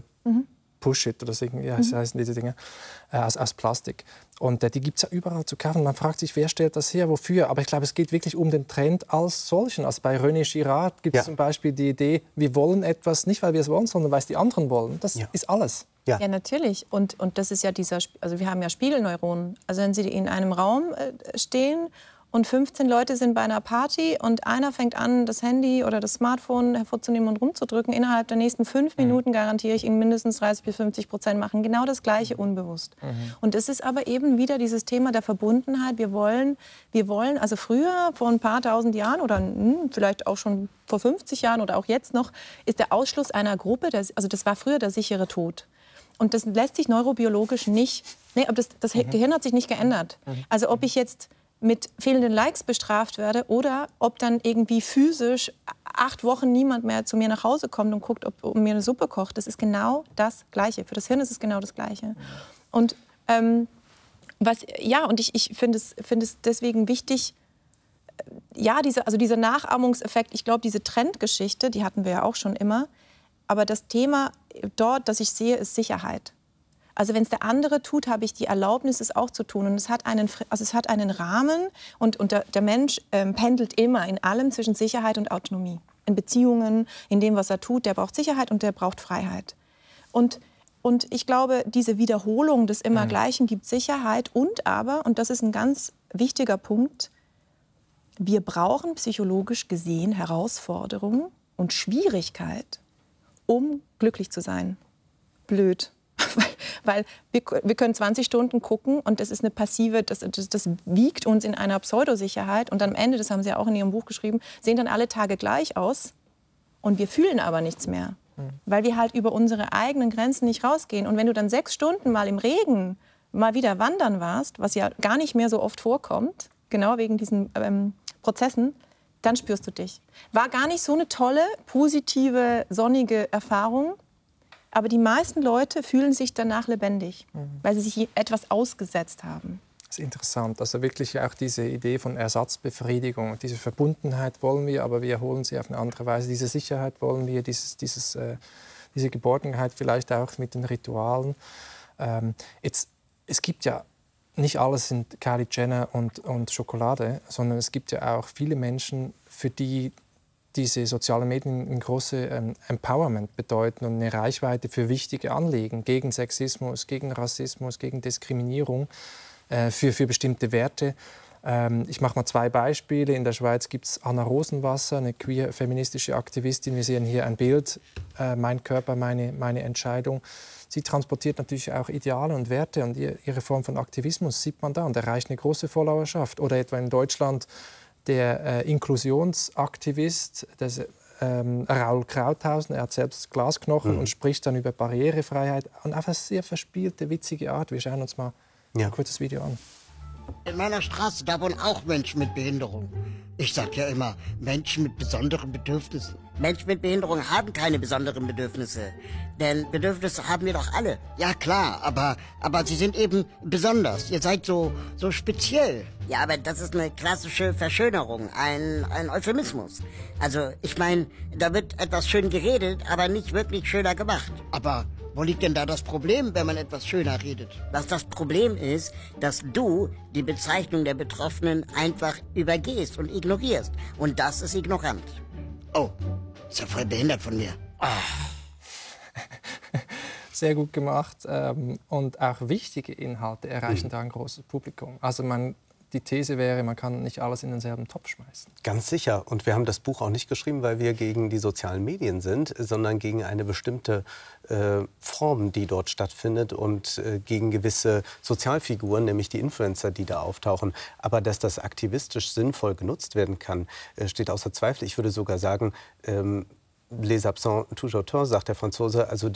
Push-It oder so, wie heißen diese Dinge, aus Plastik. Und die gibt es ja überall zu kaufen. Man fragt sich, wer stellt das her, wofür? Aber ich glaube, es geht wirklich um den Trend als solchen. Also bei René Girard gibt es zum Beispiel die Idee, wir wollen etwas, nicht weil wir es wollen, sondern weil es die anderen wollen. Das ist alles. Ja, natürlich. Und das ist ja also wir haben ja Spiegelneuronen. Also wenn Sie in einem Raum stehen und 15 Leute sind bei einer Party und einer fängt an, das Handy oder das Smartphone hervorzunehmen und rumzudrücken, innerhalb der nächsten 5 Minuten garantiere ich Ihnen mindestens 30-50% machen genau das Gleiche unbewusst. Und es ist aber eben wieder dieses Thema der Verbundenheit. Wir wollen, also früher, vor ein paar tausend Jahren oder vielleicht auch schon vor 50 Jahren oder auch jetzt noch, ist der Ausschluss einer Gruppe, also das war früher der sichere Tod. Und das lässt sich neurobiologisch nicht, aber das Gehirn hat sich nicht geändert. Also ob ich jetzt mit fehlenden Likes bestraft werde oder ob dann irgendwie physisch 8 Wochen niemand mehr zu mir nach Hause kommt und guckt, ob mir eine Suppe kocht. Das ist genau das Gleiche. Für das Hirn ist es genau das Gleiche. Und ich finde es deswegen wichtig, dieser Nachahmungseffekt, ich glaube, diese Trendgeschichte, die hatten wir ja auch schon immer, aber das Thema dort, das ich sehe, ist Sicherheit. Also wenn es der andere tut, habe ich die Erlaubnis, es auch zu tun. Und es hat einen Rahmen und der Mensch pendelt immer in allem zwischen Sicherheit und Autonomie. In Beziehungen, in dem, was er tut, der braucht Sicherheit und der braucht Freiheit. Und ich glaube, diese Wiederholung des Immergleichen gibt Sicherheit und das ist ein ganz wichtiger Punkt, wir brauchen psychologisch gesehen Herausforderungen und Schwierigkeit, um glücklich zu sein. Blöd. Weil wir können 20 Stunden gucken und das ist eine passive, das wiegt uns in einer Pseudosicherheit. Und am Ende, das haben Sie ja auch in Ihrem Buch geschrieben, sehen dann alle Tage gleich aus und wir fühlen aber nichts mehr. Weil wir halt über unsere eigenen Grenzen nicht rausgehen. Und wenn du dann 6 Stunden mal im Regen mal wieder wandern warst, was ja gar nicht mehr so oft vorkommt, genau wegen diesen Prozessen, dann spürst du dich. War gar nicht so eine tolle, positive, sonnige Erfahrung, aber die meisten Leute fühlen sich danach lebendig, weil sie sich etwas ausgesetzt haben. Das ist interessant. Also wirklich auch diese Idee von Ersatzbefriedigung. Diese Verbundenheit wollen wir, aber wir holen sie auf eine andere Weise. Diese Sicherheit wollen wir, diese Geborgenheit vielleicht auch mit den Ritualen. Es gibt ja, nicht alles sind Kylie Jenner und Schokolade, sondern es gibt ja auch viele Menschen, für die diese sozialen Medien ein großes Empowerment bedeuten und eine Reichweite für wichtige Anliegen gegen Sexismus, gegen Rassismus, gegen Diskriminierung, für bestimmte Werte. Ich mache mal 2 Beispiele. In der Schweiz gibt es Anna Rosenwasser, eine queer-feministische Aktivistin. Wir sehen hier ein Bild, mein Körper, meine Entscheidung. Sie transportiert natürlich auch Ideale und Werte und ihre Form von Aktivismus sieht man da und erreicht eine große Followerschaft. Oder etwa in Deutschland der Inklusionsaktivist, Raul Krauthausen, er hat selbst Glasknochen und spricht dann über Barrierefreiheit auf eine sehr verspielte, witzige Art. Wir schauen uns mal ein kurzes Video an. In meiner Straße, da wohnen auch Menschen mit Behinderung. Ich sag ja immer, Menschen mit besonderen Bedürfnissen. Menschen mit Behinderung haben keine besonderen Bedürfnisse. Denn Bedürfnisse haben wir doch alle. Ja klar, aber sie sind eben besonders. Ihr seid so speziell. Ja, aber das ist eine klassische Verschönerung, ein Euphemismus. Also, ich meine, da wird etwas schön geredet, aber nicht wirklich schöner gemacht. Aber wo liegt denn da das Problem, wenn man etwas schöner redet? Was das Problem ist, dass du die Bezeichnung der Betroffenen einfach übergehst und ignorierst. Und das ist ignorant. Oh, ist ja voll behindert von mir. Sehr gut gemacht. Und auch wichtige Inhalte erreichen da ein großes Publikum. Also die These wäre, man kann nicht alles in denselben Topf schmeißen. Ganz sicher. Und wir haben das Buch auch nicht geschrieben, weil wir gegen die sozialen Medien sind, sondern gegen eine bestimmte Form, die dort stattfindet und gegen gewisse Sozialfiguren, nämlich die Influencer, die da auftauchen. Aber dass das aktivistisch sinnvoll genutzt werden kann, steht außer Zweifel. Ich würde sogar sagen, les absents toujours tort, sagt der Franzose, also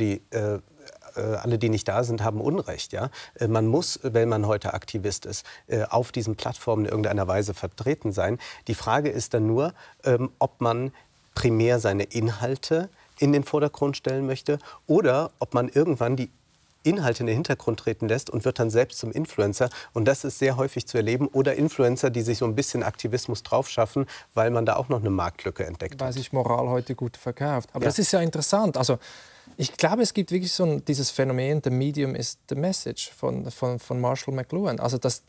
alle, die nicht da sind, haben Unrecht. Ja? Man muss, wenn man heute Aktivist ist, auf diesen Plattformen in irgendeiner Weise vertreten sein. Die Frage ist dann nur, ob man primär seine Inhalte in den Vordergrund stellen möchte oder ob man irgendwann die Inhalte in den Hintergrund treten lässt und wird dann selbst zum Influencer. Und das ist sehr häufig zu erleben. Oder Influencer, die sich so ein bisschen Aktivismus drauf schaffen, weil man da auch noch eine Marktlücke entdeckt hat. Weil sich Moral heute gut verkauft. Aber das ist ja interessant. Also, ich glaube, es gibt wirklich dieses Phänomen, the medium is the message von Marshall McLuhan. Also, dass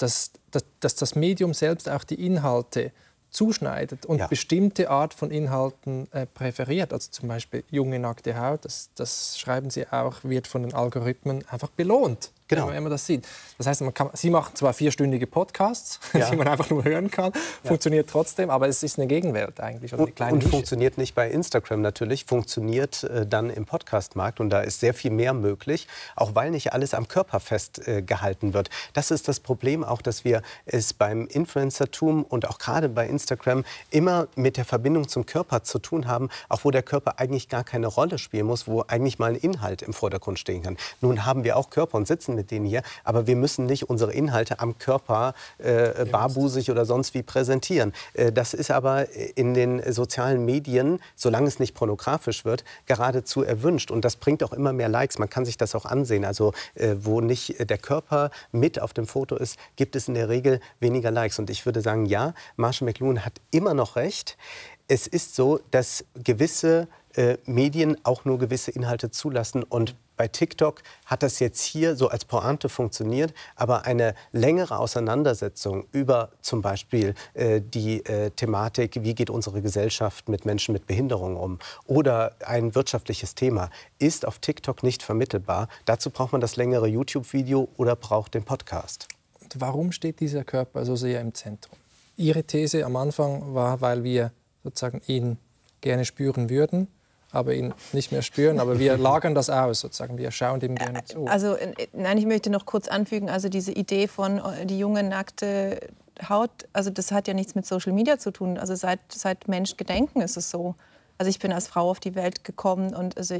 das Medium selbst auch die Inhalte zuschneidet und bestimmte Art von Inhalten präferiert. Also zum Beispiel junge nackte Haut, das schreiben Sie auch, wird von den Algorithmen einfach belohnt. Genau. Wenn man das sieht. Das heißt, Sie machen zwar 4-stündige Podcasts, die man einfach nur hören kann, funktioniert trotzdem, aber es ist eine Gegenwelt eigentlich. Oder eine kleine und Nische. Funktioniert nicht bei Instagram natürlich, funktioniert dann im Podcastmarkt und da ist sehr viel mehr möglich, auch weil nicht alles am Körper festgehalten wird. Das ist das Problem auch, dass wir es beim Influencertum und auch gerade bei Instagram immer mit der Verbindung zum Körper zu tun haben, auch wo der Körper eigentlich gar keine Rolle spielen muss, wo eigentlich mal ein Inhalt im Vordergrund stehen kann. Nun haben wir auch Körper und sitzen mit denen hier, aber wir müssen nicht unsere Inhalte am Körper barbusig oder sonst wie präsentieren. Das ist aber in den sozialen Medien, solange es nicht pornografisch wird, geradezu erwünscht. Und das bringt auch immer mehr Likes. Man kann sich das auch ansehen. Also wo nicht der Körper mit auf dem Foto ist, gibt es in der Regel weniger Likes. Und ich würde sagen, ja, Marshall McLuhan hat immer noch recht. Es ist so, dass gewisse Medien auch nur gewisse Inhalte zulassen. Und bei TikTok hat das jetzt hier so als Pointe funktioniert, aber eine längere Auseinandersetzung über zum Beispiel die Thematik, wie geht unsere Gesellschaft mit Menschen mit Behinderung um oder ein wirtschaftliches Thema, ist auf TikTok nicht vermittelbar. Dazu braucht man das längere YouTube-Video oder braucht den Podcast. Und warum steht dieser Körper so sehr im Zentrum? Ihre These am Anfang war, weil wir sozusagen ihn gerne spüren würden. aber ihn nicht mehr spüren. Aber wir lagern das aus, sozusagen. Wir schauen dem gerne zu. Also, nein, ich möchte noch kurz anfügen, also diese Idee von die junge, nackte Haut, also das hat ja nichts mit Social Media zu tun. Also seit Menschgedenken ist es so. Also ich bin als Frau auf die Welt gekommen und also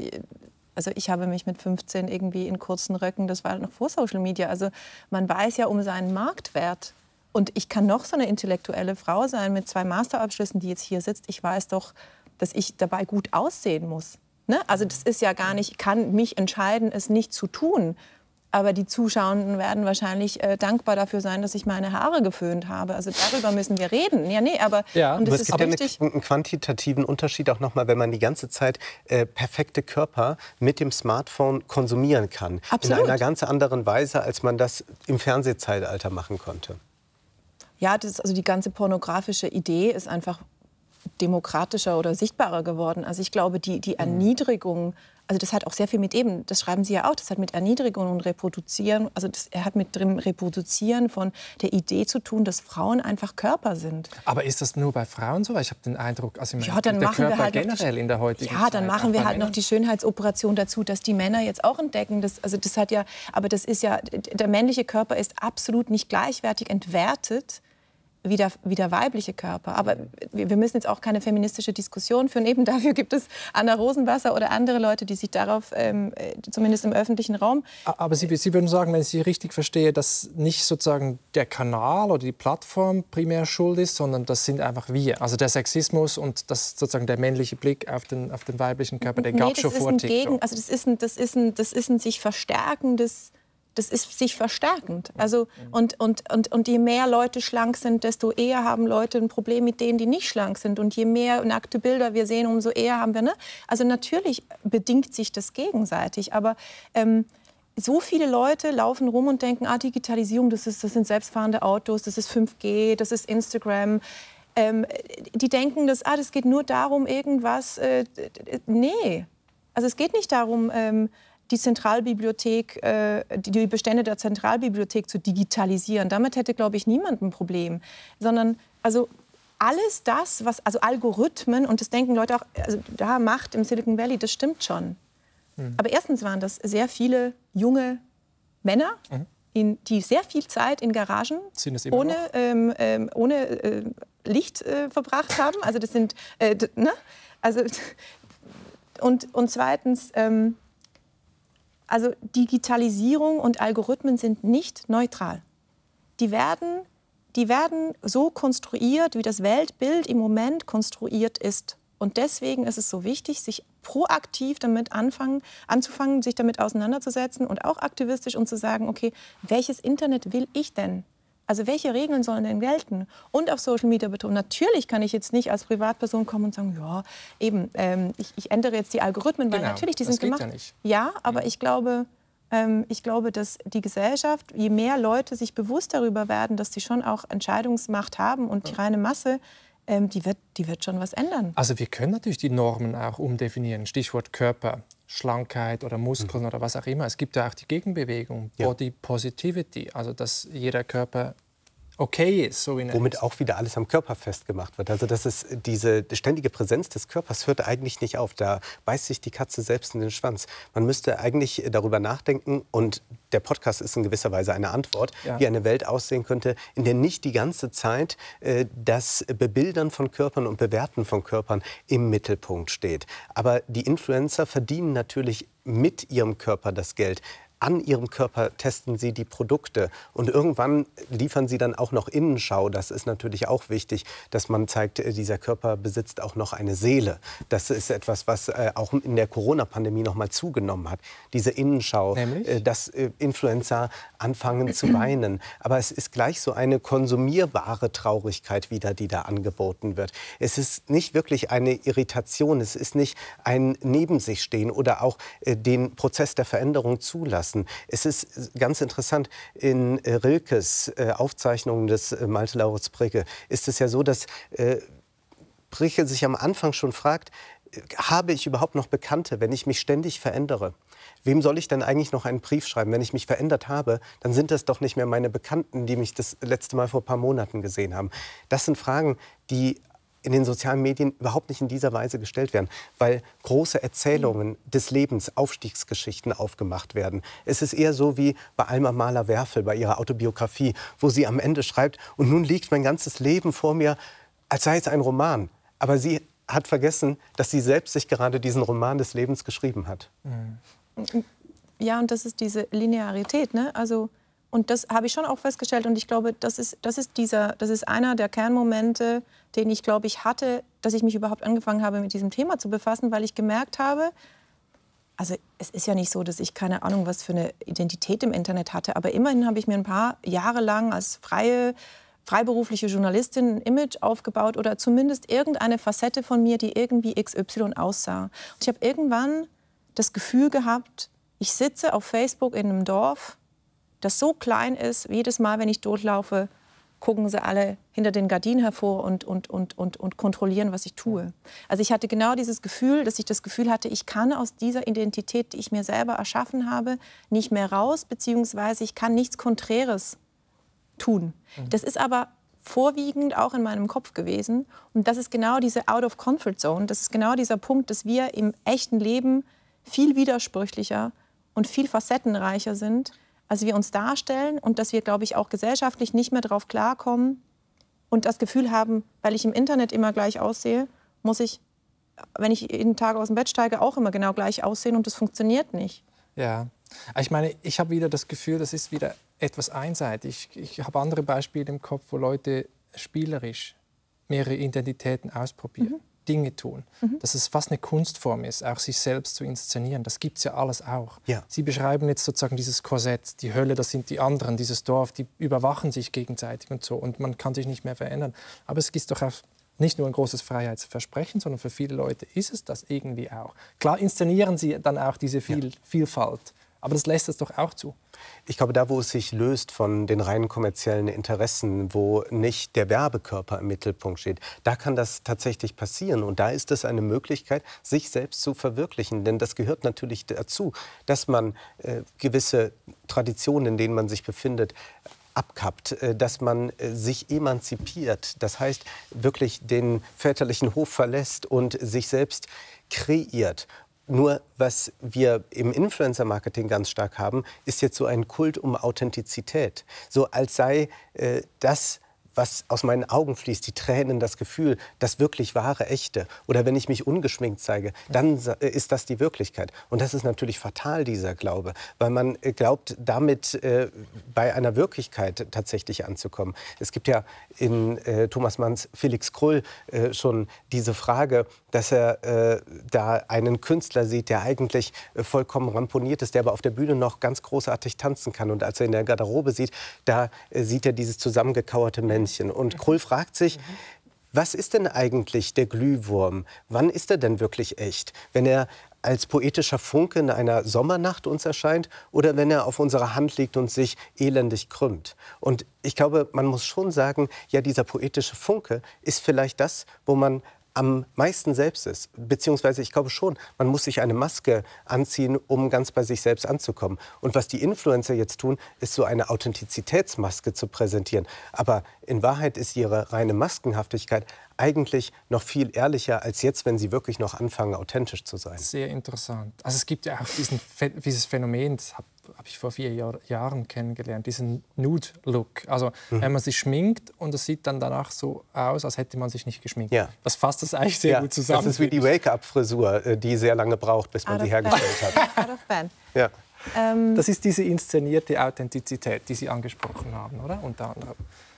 ich habe mich mit 15 irgendwie in kurzen Röcken, das war noch vor Social Media. Also man weiß ja um seinen Marktwert. Und ich kann noch so eine intellektuelle Frau sein mit 2 Masterabschlüssen, die jetzt hier sitzt. Ich weiß doch, dass ich dabei gut aussehen muss. Ne? Also das ist ja gar nicht, ich kann mich entscheiden, es nicht zu tun. Aber die Zuschauenden werden wahrscheinlich dankbar dafür sein, dass ich meine Haare geföhnt habe. Also darüber müssen wir reden. Ja, nee, aber Ja, und Aber das es ist gibt wichtig. ja einen quantitativen Unterschied auch nochmal, wenn man die ganze Zeit perfekte Körper mit dem Smartphone konsumieren kann. Absolut. In einer ganz anderen Weise, als man das im Fernsehzeitalter machen konnte. Ja, also die ganze pornografische Idee ist einfach demokratischer oder sichtbarer geworden. Also ich glaube, die Erniedrigung, also das hat auch sehr viel mit eben, das schreiben Sie ja auch, das hat mit Erniedrigung und Reproduzieren, also das hat mit dem Reproduzieren von der Idee zu tun, dass Frauen einfach Körper sind. Aber ist das nur bei Frauen so? Ich habe den Eindruck, also ich meine, Ja, dann der machen wir Körper halt noch generell in der heutigen Ja, dann Zeit, machen auch wir bei halt noch Männern. die Schönheitsoperation dazu, dass die Männer jetzt auch entdecken, das hat ja, aber das ist ja, der männliche Körper ist absolut nicht gleichwertig entwertet wie der weibliche Körper. Aber wir müssen jetzt auch keine feministische Diskussion führen. Eben dafür gibt es Anna Rosenwasser oder andere Leute, die sich darauf, zumindest im öffentlichen Raum... Aber Sie würden sagen, wenn ich Sie richtig verstehe, dass nicht sozusagen der Kanal oder die Plattform primär schuld ist, sondern das sind einfach wir. Also der Sexismus und das sozusagen der männliche Blick auf den weiblichen Körper, der gab es schon vor TikTok. Also das ist ein sich verstärkendes... Das ist sich verstärkend. Also, und je mehr Leute schlank sind, desto eher haben Leute ein Problem mit denen, die nicht schlank sind. Und je mehr nackte Bilder wir sehen, umso eher haben wir... Ne? Also natürlich bedingt sich das gegenseitig. Aber so viele Leute laufen rum und denken, Digitalisierung, das sind selbstfahrende Autos, das ist 5G, das ist Instagram. Die denken, das geht nur darum, irgendwas... nee, also es geht nicht darum... die Zentralbibliothek, die Bestände der Zentralbibliothek zu digitalisieren. Damit hätte, glaube ich, niemand ein Problem. Sondern also alles das, also Algorithmen, und das denken Leute auch, also da Macht im Silicon Valley, das stimmt schon. Aber erstens waren das sehr viele junge Männer, die sehr viel Zeit in Garagen ohne Licht verbracht haben. Also das sind, ne? Also, und zweitens... Also Digitalisierung und Algorithmen sind nicht neutral. Die werden so konstruiert, wie das Weltbild im Moment konstruiert ist. Und deswegen ist es so wichtig, sich proaktiv damit anzufangen, sich damit auseinanderzusetzen und auch aktivistisch und zu sagen, okay, welches Internet will ich denn? Also welche Regeln sollen denn gelten? Und auf Social Media betonen. Natürlich kann ich jetzt nicht als Privatperson kommen und sagen, ja, eben, ich ändere jetzt die Algorithmen, weil natürlich, die sind gemacht. Ja nicht. Ja, aber ich glaube, dass die Gesellschaft, je mehr Leute sich bewusst darüber werden, dass sie schon auch Entscheidungsmacht haben und die reine Masse, die wird schon was ändern. Also wir können natürlich die Normen auch umdefinieren. Stichwort Körper, Schlankheit oder Muskeln oder was auch immer. Es gibt ja auch die Gegenbewegung, Body Positivity, also dass jeder Körper okay ist, so wie er Womit ist. auch wieder alles am Körper festgemacht wird. Also das ist diese ständige Präsenz des Körpers hört eigentlich nicht auf. Da beißt sich die Katze selbst in den Schwanz. Man müsste eigentlich darüber nachdenken, und der Podcast ist in gewisser Weise eine Antwort, wie eine Welt aussehen könnte, in der nicht die ganze Zeit das Bebildern von Körpern und Bewerten von Körpern im Mittelpunkt steht. Aber die Influencer verdienen natürlich mit ihrem Körper das Geld. An ihrem Körper testen sie die Produkte und irgendwann liefern sie dann auch noch Innenschau. Das ist natürlich auch wichtig, dass man zeigt, dieser Körper besitzt auch noch eine Seele. Das ist etwas, was auch in der Corona-Pandemie noch mal zugenommen hat. Diese Innenschau, dass Influencer anfangen zu weinen. Aber es ist gleich so eine konsumierbare Traurigkeit wieder, die da angeboten wird. Es ist nicht wirklich eine Irritation, es ist nicht ein Neben sich stehen oder auch den Prozess der Veränderung zulassen. Es ist ganz interessant, in Rilkes Aufzeichnungen des Malte Lauritz Bricke ist es ja so, dass Bricke sich am Anfang schon fragt, habe ich überhaupt noch Bekannte, wenn ich mich ständig verändere? Wem soll ich denn eigentlich noch einen Brief schreiben? Wenn ich mich verändert habe, dann sind das doch nicht mehr meine Bekannten, die mich das letzte Mal vor ein paar Monaten gesehen haben. Das sind Fragen, die in den sozialen Medien überhaupt nicht in dieser Weise gestellt werden, weil große Erzählungen des Lebens, Aufstiegsgeschichten aufgemacht werden. Es ist eher so wie bei Alma Mahler-Werfel, bei ihrer Autobiografie, wo sie am Ende schreibt, und nun liegt mein ganzes Leben vor mir, als sei es ein Roman. Aber sie hat vergessen, dass sie selbst sich gerade diesen Roman des Lebens geschrieben hat. Ja, und das ist diese Linearität, ne? Also, und das habe ich schon auch festgestellt. Und ich glaube, das ist einer der Kernmomente, den ich, glaube ich, hatte, dass ich mich überhaupt angefangen habe, mit diesem Thema zu befassen, weil ich gemerkt habe, also es ist ja nicht so, dass ich keine Ahnung, was für eine Identität im Internet hatte. Aber immerhin habe ich mir ein paar Jahre lang als freiberufliche Journalistin ein Image aufgebaut oder zumindest irgendeine Facette von mir, die irgendwie XY aussah. Und ich habe irgendwann das Gefühl gehabt, ich sitze auf Facebook in einem Dorf, das so klein ist, jedes Mal, wenn ich durchlaufe, gucken sie alle hinter den Gardinen hervor und kontrollieren, was ich tue. Also ich hatte genau dieses Gefühl, dass ich das Gefühl hatte, ich kann aus dieser Identität, die ich mir selber erschaffen habe, nicht mehr raus, beziehungsweise ich kann nichts Konträres tun. Das ist aber vorwiegend auch in meinem Kopf gewesen. Und das ist genau diese Out-of-Comfort-Zone. Das ist genau dieser Punkt, dass wir im echten Leben viel widersprüchlicher und viel facettenreicher sind, als wir uns darstellen. Und dass wir, glaube ich, auch gesellschaftlich nicht mehr darauf klarkommen und das Gefühl haben, weil ich im Internet immer gleich aussehe, muss ich, wenn ich jeden Tag aus dem Bett steige, auch immer genau gleich aussehen. Und das funktioniert nicht. Ja, ich meine, ich habe wieder das Gefühl, das ist wieder etwas einseitig. Ich habe andere Beispiele im Kopf, wo Leute spielerisch mehrere Identitäten ausprobieren, Dinge tun. Dass es fast eine Kunstform ist, auch sich selbst zu inszenieren. Das gibt es ja alles auch. Ja. Sie beschreiben jetzt sozusagen dieses Korsett, die Hölle, das sind die anderen, dieses Dorf, die überwachen sich gegenseitig und so. Und man kann sich nicht mehr verändern. Aber es ist doch auch nicht nur ein großes Freiheitsversprechen, sondern für viele Leute ist es das irgendwie auch. Klar inszenieren sie dann auch diese Vielfalt. Aber das lässt es doch auch zu. Ich glaube, da, wo es sich löst von den rein kommerziellen Interessen, wo nicht der Werbekörper im Mittelpunkt steht, da kann das tatsächlich passieren. Und da ist es eine Möglichkeit, sich selbst zu verwirklichen. Denn das gehört natürlich dazu, dass man gewisse Traditionen, in denen man sich befindet, abkappt, dass man sich emanzipiert. Das heißt, wirklich den väterlichen Hof verlässt und sich selbst kreiert. Nur was wir im Influencer-Marketing ganz stark haben, ist jetzt so ein Kult um Authentizität. So als sei das, was aus meinen Augen fließt, die Tränen, das Gefühl, das wirklich wahre, echte. Oder wenn ich mich ungeschminkt zeige, dann ist das die Wirklichkeit. Und das ist natürlich fatal, dieser Glaube. Weil man glaubt, damit bei einer Wirklichkeit tatsächlich anzukommen. Es gibt ja in Thomas Manns Felix Krull schon diese Frage, dass er da einen Künstler sieht, der eigentlich vollkommen ramponiert ist, der aber auf der Bühne noch ganz großartig tanzen kann. Und als er in der Garderobe sieht, da sieht er dieses zusammengekauerte Männchen. Und Krull fragt sich, was ist denn eigentlich der Glühwurm? Wann ist er denn wirklich echt? Wenn er als poetischer Funke in einer Sommernacht uns erscheint oder wenn er auf unserer Hand liegt und sich elendig krümmt. Und ich glaube, man muss schon sagen, ja, dieser poetische Funke ist vielleicht das, wo man am meisten selbst ist. Beziehungsweise ich glaube schon, man muss sich eine Maske anziehen, um ganz bei sich selbst anzukommen. Und was die Influencer jetzt tun, ist so eine Authentizitätsmaske zu präsentieren. Aber in Wahrheit ist ihre reine Maskenhaftigkeit eigentlich noch viel ehrlicher als jetzt, wenn sie wirklich noch anfangen, authentisch zu sein. Sehr interessant. Also es gibt ja auch dieses Phänomen, das habe ich vor 4 Jahren kennengelernt, diesen Nude-Look. Also wenn man sich schminkt und es sieht dann danach so aus, als hätte man sich nicht geschminkt. Ja. Das fasst das eigentlich sehr gut zusammen. Das ist wie die Wake-up-Frisur, die sehr lange braucht, bis man sie hergestellt hat. Out of band. Ja. Das ist diese inszenierte Authentizität, die Sie angesprochen haben, oder? Unter anderem.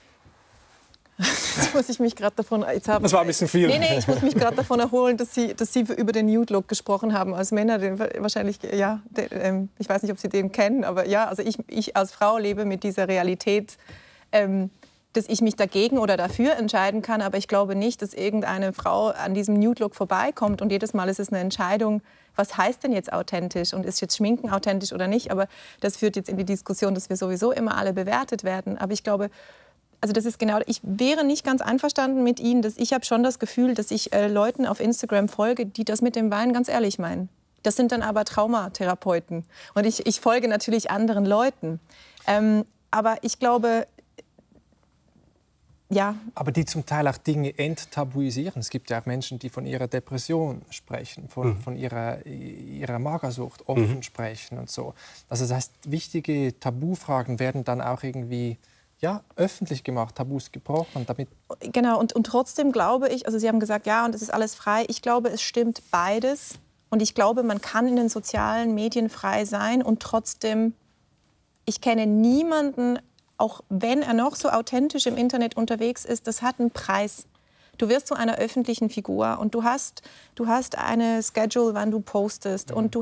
Jetzt muss ich mich gerade davon... Das war ein bisschen viel. Nee, ich muss mich gerade davon erholen, dass Sie über den Nude-Look gesprochen haben. Als Männer, wahrscheinlich, ja, ich weiß nicht, ob Sie den kennen, aber ja, also ich als Frau lebe mit dieser Realität, dass ich mich dagegen oder dafür entscheiden kann. Aber ich glaube nicht, dass irgendeine Frau an diesem Nude-Look vorbeikommt. Und jedes Mal ist es eine Entscheidung, was heißt denn jetzt authentisch? Und ist jetzt Schminken authentisch oder nicht? Aber das führt jetzt in die Diskussion, dass wir sowieso immer alle bewertet werden. Aber ich glaube... Also das ist genau, ich wäre nicht ganz einverstanden mit Ihnen. Ich habe schon das Gefühl, dass ich Leuten auf Instagram folge, die das mit dem Wein ganz ehrlich meinen. Das sind dann aber Traumatherapeuten. Und ich folge natürlich anderen Leuten. Aber ich glaube, ja. Aber die zum Teil auch Dinge enttabuisieren. Es gibt ja auch Menschen, die von ihrer Depression sprechen, von ihrer Magersucht offen sprechen und so. Also das heißt, wichtige Tabufragen werden dann auch irgendwie öffentlich gemacht, Tabus gebrochen. Damit Genau, und trotzdem glaube ich, also Sie haben gesagt, ja, und es ist alles frei. Ich glaube, es stimmt beides. Und ich glaube, man kann in den sozialen Medien frei sein und trotzdem, ich kenne niemanden, auch wenn er noch so authentisch im Internet unterwegs ist, das hat einen Preis. Du wirst zu einer öffentlichen Figur und du hast eine Schedule, wann du postest und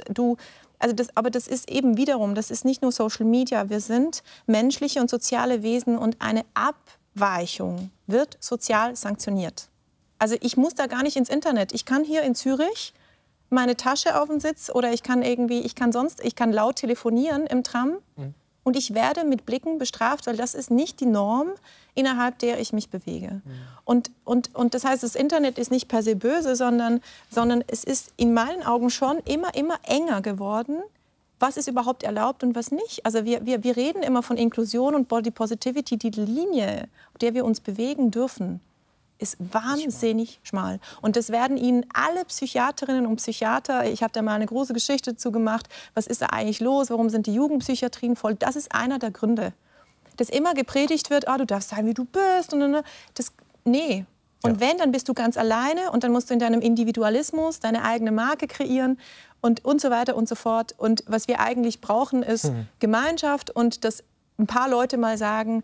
aber das ist eben wiederum, das ist nicht nur Social Media, wir sind menschliche und soziale Wesen und eine Abweichung wird sozial sanktioniert. Also ich muss da gar nicht ins Internet. Ich kann hier in Zürich meine Tasche auf den Sitz oder ich kann laut telefonieren im Tram. Und ich werde mit Blicken bestraft, weil das ist nicht die Norm, innerhalb der ich mich bewege. Und das heißt, das Internet ist nicht per se böse, sondern es ist in meinen Augen schon immer enger geworden, was ist überhaupt erlaubt und was nicht. Also wir reden immer von Inklusion und Body Positivity. Die Linie, auf der wir uns bewegen dürfen, ist wahnsinnig schmal. Und das werden Ihnen alle Psychiaterinnen und Psychiater, ich habe da mal eine große Geschichte dazu gemacht, was ist da eigentlich los, warum sind die Jugendpsychiatrien voll? Das ist einer der Gründe. Dass immer gepredigt wird, du darfst sein, wie du bist. Nee. Und wenn, dann bist du ganz alleine und dann musst du in deinem Individualismus deine eigene Marke kreieren und so weiter und so fort. Und was wir eigentlich brauchen, ist Gemeinschaft und dass ein paar Leute mal sagen,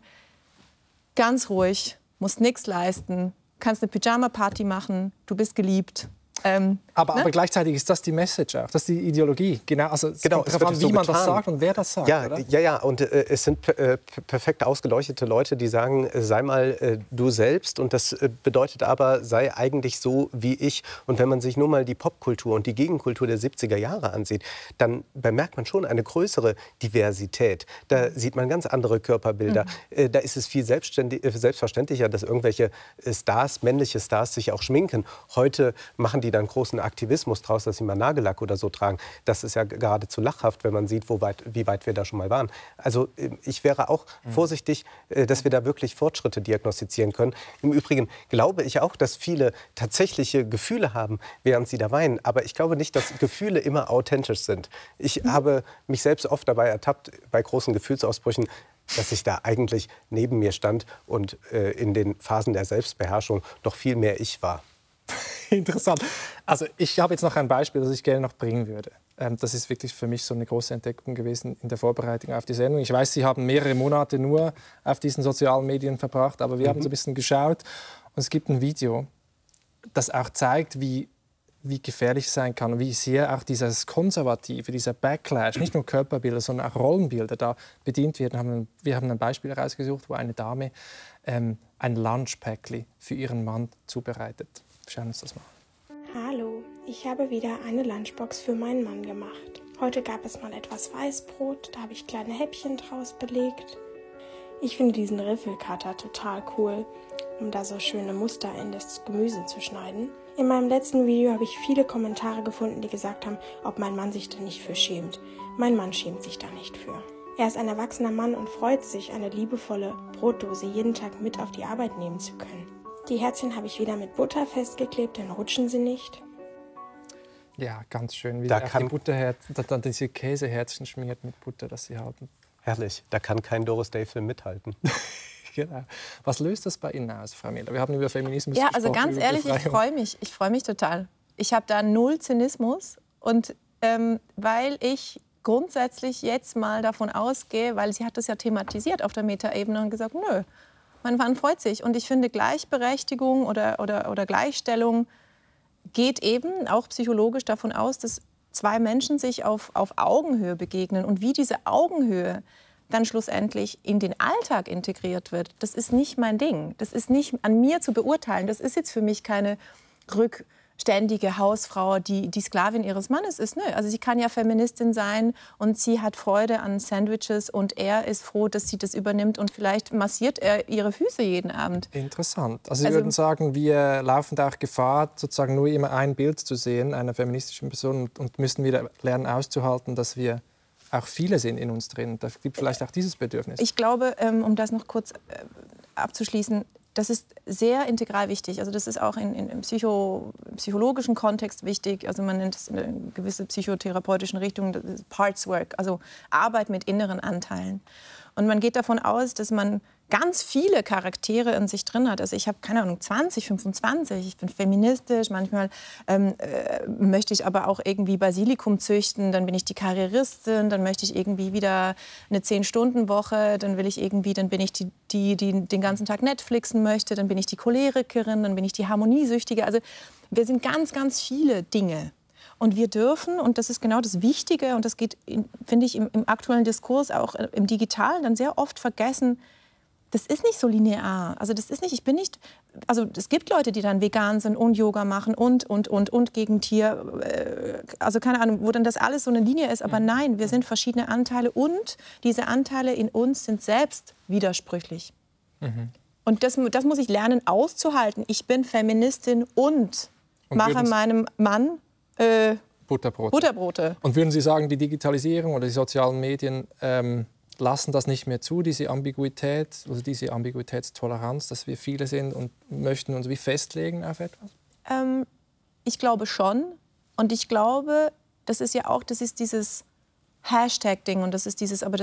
ganz ruhig, musst nichts leisten, kannst eine Pyjama-Party machen, du bist geliebt. Aber gleichzeitig ist das die Message auch, das ist die Ideologie. Genau, also es kommt darauf an, wie man das sagt und wer das sagt. Ja, und es sind perfekt ausgeleuchtete Leute, die sagen, sei mal du selbst und das bedeutet aber, sei eigentlich so wie ich. Und wenn man sich nur mal die Popkultur und die Gegenkultur der 70er Jahre ansieht, dann bemerkt man schon eine größere Diversität. Da sieht man ganz andere Körperbilder. Da ist es viel selbstverständlicher, dass irgendwelche Stars, männliche Stars, sich auch schminken. Heute machen die dann großen Aktivismus draus, dass sie mal Nagellack oder so tragen. Das ist ja geradezu lachhaft, wenn man sieht, wie weit wir da schon mal waren. Also ich wäre auch vorsichtig, dass wir da wirklich Fortschritte diagnostizieren können. Im Übrigen glaube ich auch, dass viele tatsächliche Gefühle haben, während sie da weinen. Aber ich glaube nicht, dass Gefühle immer authentisch sind. Ich habe mich selbst oft dabei ertappt, bei großen Gefühlsausbrüchen, dass ich da eigentlich neben mir stand und in den Phasen der Selbstbeherrschung doch viel mehr ich war. Interessant. Also ich habe jetzt noch ein Beispiel, das ich gerne noch bringen würde. Das ist wirklich für mich so eine große Entdeckung gewesen in der Vorbereitung auf die Sendung. Ich weiß, Sie haben mehrere Monate nur auf diesen sozialen Medien verbracht, aber wir haben so ein bisschen geschaut und es gibt ein Video, das auch zeigt, wie gefährlich es sein kann und wie sehr auch dieses Konservative, dieser Backlash, nicht nur Körperbilder, sondern auch Rollenbilder da bedient werden. Wir haben ein Beispiel herausgesucht, wo eine Dame ein Lunchpäckli für ihren Mann zubereitet. Schauen wir uns das mal an. Hallo, ich habe wieder eine Lunchbox für meinen Mann gemacht. Heute gab es mal etwas Weißbrot, da habe ich kleine Häppchen draus belegt. Ich finde diesen Riffelcutter total cool, um da so schöne Muster in das Gemüse zu schneiden. In meinem letzten Video habe ich viele Kommentare gefunden, die gesagt haben, ob mein Mann sich da nicht für schämt. Mein Mann schämt sich da nicht für. Er ist ein erwachsener Mann und freut sich, eine liebevolle Brotdose jeden Tag mit auf die Arbeit nehmen zu können. Die Herzchen habe ich wieder mit Butter festgeklebt, dann rutschen sie nicht. Ja, ganz schön, wie dann diese Käseherzchen schmiert mit Butter, das sie haben. Herrlich, da kann kein Doris Day-Film mithalten. Genau. Was löst das bei Ihnen aus, Frau Mehler? Wir haben über Feminismus gesprochen. Ja, also ganz ehrlich, ich freue mich total. Ich habe da null Zynismus und weil ich grundsätzlich jetzt mal davon ausgehe, weil sie hat das ja thematisiert auf der Metaebene und gesagt, nö, mein Mann freut sich. Und ich finde, Gleichberechtigung oder Gleichstellung geht eben auch psychologisch davon aus, dass zwei Menschen sich auf Augenhöhe begegnen. Und wie diese Augenhöhe dann schlussendlich in den Alltag integriert wird, das ist nicht mein Ding. Das ist nicht an mir zu beurteilen. Das ist jetzt für mich keine rückständige Hausfrau, die Sklavin ihres Mannes ist. Nö, also sie kann ja Feministin sein und sie hat Freude an Sandwiches und er ist froh, dass sie das übernimmt und vielleicht massiert er ihre Füße jeden Abend. Interessant. Also Sie würden sagen, wir laufen da auch Gefahr, sozusagen nur immer ein Bild zu sehen, einer feministischen Person und müssen wieder lernen auszuhalten, dass wir auch viele sind in uns drin. Da gibt vielleicht auch dieses Bedürfnis. Ich glaube, um das noch kurz abzuschließen, das ist sehr integral wichtig. Also das ist auch im psychologischen Kontext wichtig. Also man nennt es in einer gewissen psychotherapeutischen Richtung Parts Work, also Arbeit mit inneren Anteilen. Und man geht davon aus, dass man ganz viele Charaktere in sich drin hat. Also ich habe, keine Ahnung, 20, 25. Ich bin feministisch, manchmal möchte ich aber auch irgendwie Basilikum züchten. Dann bin ich die Karrieristin, dann möchte ich irgendwie wieder eine 10-Stunden-Woche. Dann bin ich die den ganzen Tag Netflixen möchte. Dann bin ich die Cholerikerin, dann bin ich die Harmoniesüchtige. Also wir sind ganz, ganz viele Dinge. Und wir dürfen, und das ist genau das Wichtige, und das geht, finde ich, im aktuellen Diskurs, auch im Digitalen, dann sehr oft vergessen, das ist nicht so linear. Also das ist nicht, also es gibt Leute, die dann vegan sind und Yoga machen und gegen Tier, also keine Ahnung, wo dann das alles so eine Linie ist. Aber nein, wir sind verschiedene Anteile und diese Anteile in uns sind selbst widersprüchlich. Und das muss ich lernen auszuhalten. Ich bin Feministin und mache meinem Mann Butterbrote. Und würden Sie sagen, die Digitalisierung oder die sozialen Medien lassen das nicht mehr zu, diese Ambiguität, also diese Ambiguitätstoleranz, dass wir viele sind und möchten uns wie festlegen auf etwas? Ich glaube schon. Und ich glaube, das ist dieses Hashtag-Ding und das ist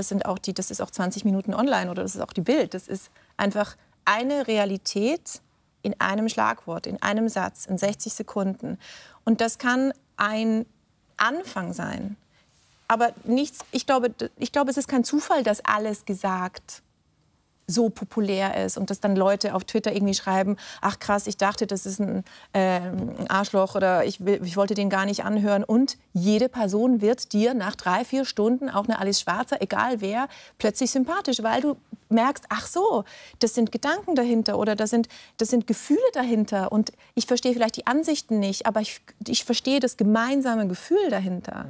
auch 20 Minuten online oder das ist auch die Bild. Das ist einfach eine Realität in einem Schlagwort, in einem Satz, in 60 Sekunden. Und das kann ein Anfang sein. Aber ich glaube, es ist kein Zufall, dass alles gesagt so populär ist und dass dann Leute auf Twitter irgendwie schreiben, ach krass, ich dachte, das ist ein Arschloch oder ich wollte den gar nicht anhören. Und jede Person wird dir nach 3-4 Stunden, auch eine Alice Schwarzer, egal wer, plötzlich sympathisch, weil du merkst, ach so, das sind Gedanken dahinter oder das sind Gefühle dahinter. Und ich verstehe vielleicht die Ansichten nicht, aber ich verstehe das gemeinsame Gefühl dahinter.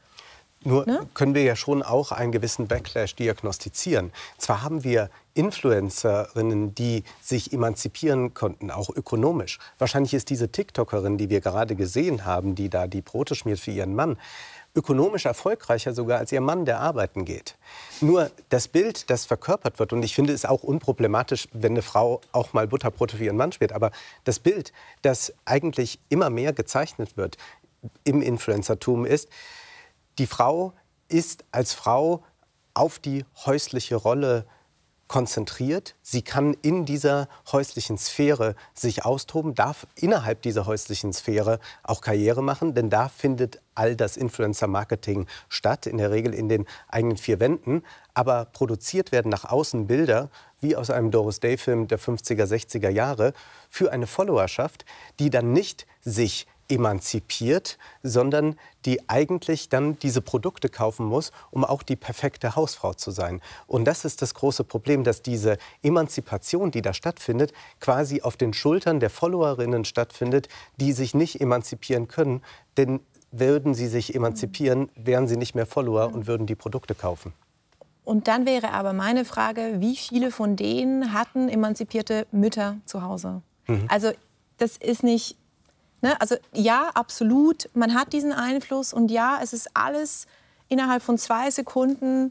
Nur können wir ja schon auch einen gewissen Backlash diagnostizieren. Zwar haben wir Influencerinnen, die sich emanzipieren konnten, auch ökonomisch. Wahrscheinlich ist diese TikTokerin, die wir gerade gesehen haben, die da die Brote schmiert für ihren Mann, ökonomisch erfolgreicher sogar als ihr Mann, der arbeiten geht. Nur das Bild, das verkörpert wird, und ich finde es auch unproblematisch, wenn eine Frau auch mal Butterbrote für ihren Mann schmiert, aber das Bild, das eigentlich immer mehr gezeichnet wird im Influencertum ist, die Frau ist als Frau auf die häusliche Rolle konzentriert. Sie kann in dieser häuslichen Sphäre sich austoben, darf innerhalb dieser häuslichen Sphäre auch Karriere machen, denn da findet all das Influencer-Marketing statt, in der Regel in den eigenen 4 Wänden. Aber produziert werden nach außen Bilder, wie aus einem Doris Day-Film der 50er, 60er Jahre, für eine Followerschaft, die dann nicht sich emanzipiert, sondern die eigentlich dann diese Produkte kaufen muss, um auch die perfekte Hausfrau zu sein. Und das ist das große Problem, dass diese Emanzipation, die da stattfindet, quasi auf den Schultern der Followerinnen stattfindet, die sich nicht emanzipieren können. Denn würden sie sich emanzipieren, wären sie nicht mehr Follower und würden die Produkte kaufen. Und dann wäre aber meine Frage, wie viele von denen hatten emanzipierte Mütter zu Hause? Also das ist nicht... Also ja, absolut, man hat diesen Einfluss und ja, es ist alles innerhalb von 2 Sekunden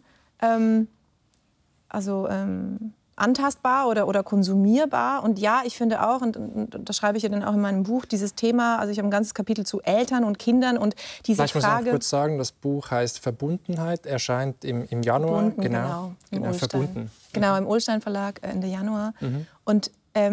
antastbar oder konsumierbar. Und ja, ich finde auch, und das schreibe ich ja dann auch in meinem Buch, dieses Thema, also ich habe ein ganzes Kapitel zu Eltern und Kindern und diese Frage... Ich muss auch kurz sagen, das Buch heißt Verbundenheit, erscheint im Januar. Genau, Verbunden. Genau, im Ullstein Verlag Ende Januar. Und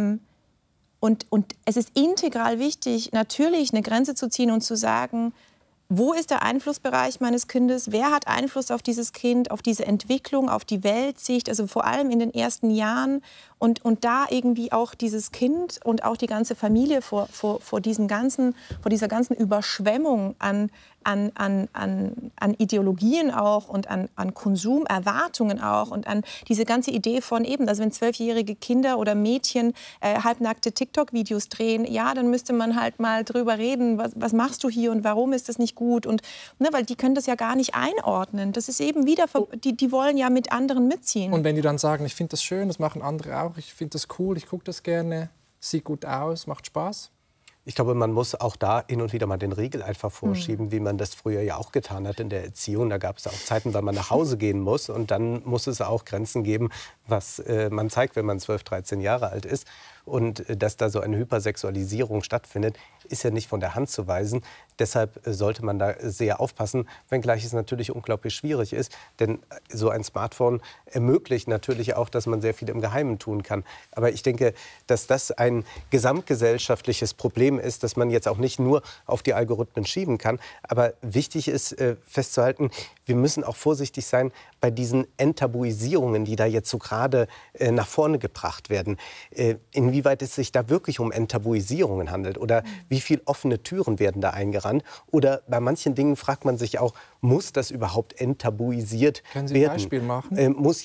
es ist integral wichtig, natürlich eine Grenze zu ziehen und zu sagen, wo ist der Einflussbereich meines Kindes? Wer hat Einfluss auf dieses Kind, auf diese Entwicklung, auf die Weltsicht? Also vor allem in den ersten Jahren. Und da irgendwie auch dieses Kind und auch die ganze Familie vor dieser ganzen Überschwemmung an Ideologien auch und an Konsumerwartungen auch und an diese ganze Idee von eben, also wenn 12-jährige Kinder oder Mädchen halbnackte TikTok-Videos drehen, ja, dann müsste man halt mal drüber reden, was machst du hier und warum ist das nicht gut? Und, weil die können das ja gar nicht einordnen. Das ist eben wieder, die wollen ja mit anderen mitziehen. Und wenn die dann sagen, ich finde das schön, das machen andere auch, ich finde das cool, ich gucke das gerne, sieht gut aus, macht Spaß? Ich glaube, man muss auch da hin und wieder mal den Riegel einfach vorschieben, wie man das früher ja auch getan hat in der Erziehung. Da gab es auch Zeiten, weil man nach Hause gehen muss. Und dann muss es auch Grenzen geben, was man zeigt, wenn man 12, 13 Jahre alt ist. Und dass da so eine Hypersexualisierung stattfindet, ist ja nicht von der Hand zu weisen. Deshalb sollte man da sehr aufpassen, wenngleich es natürlich unglaublich schwierig ist. Denn so ein Smartphone ermöglicht natürlich auch, dass man sehr viel im Geheimen tun kann. Aber ich denke, dass das ein gesamtgesellschaftliches Problem ist, dass man jetzt auch nicht nur auf die Algorithmen schieben kann. Aber wichtig ist festzuhalten, wir müssen auch vorsichtig sein bei diesen Enttabuisierungen, die da jetzt so gerade nach vorne gebracht werden. Inwieweit es sich da wirklich um Enttabuisierungen handelt oder wie viele offene Türen werden da eingerannt. Oder bei manchen Dingen fragt man sich auch, muss das überhaupt enttabuisiert werden? Können Sie ein Beispiel machen? Muss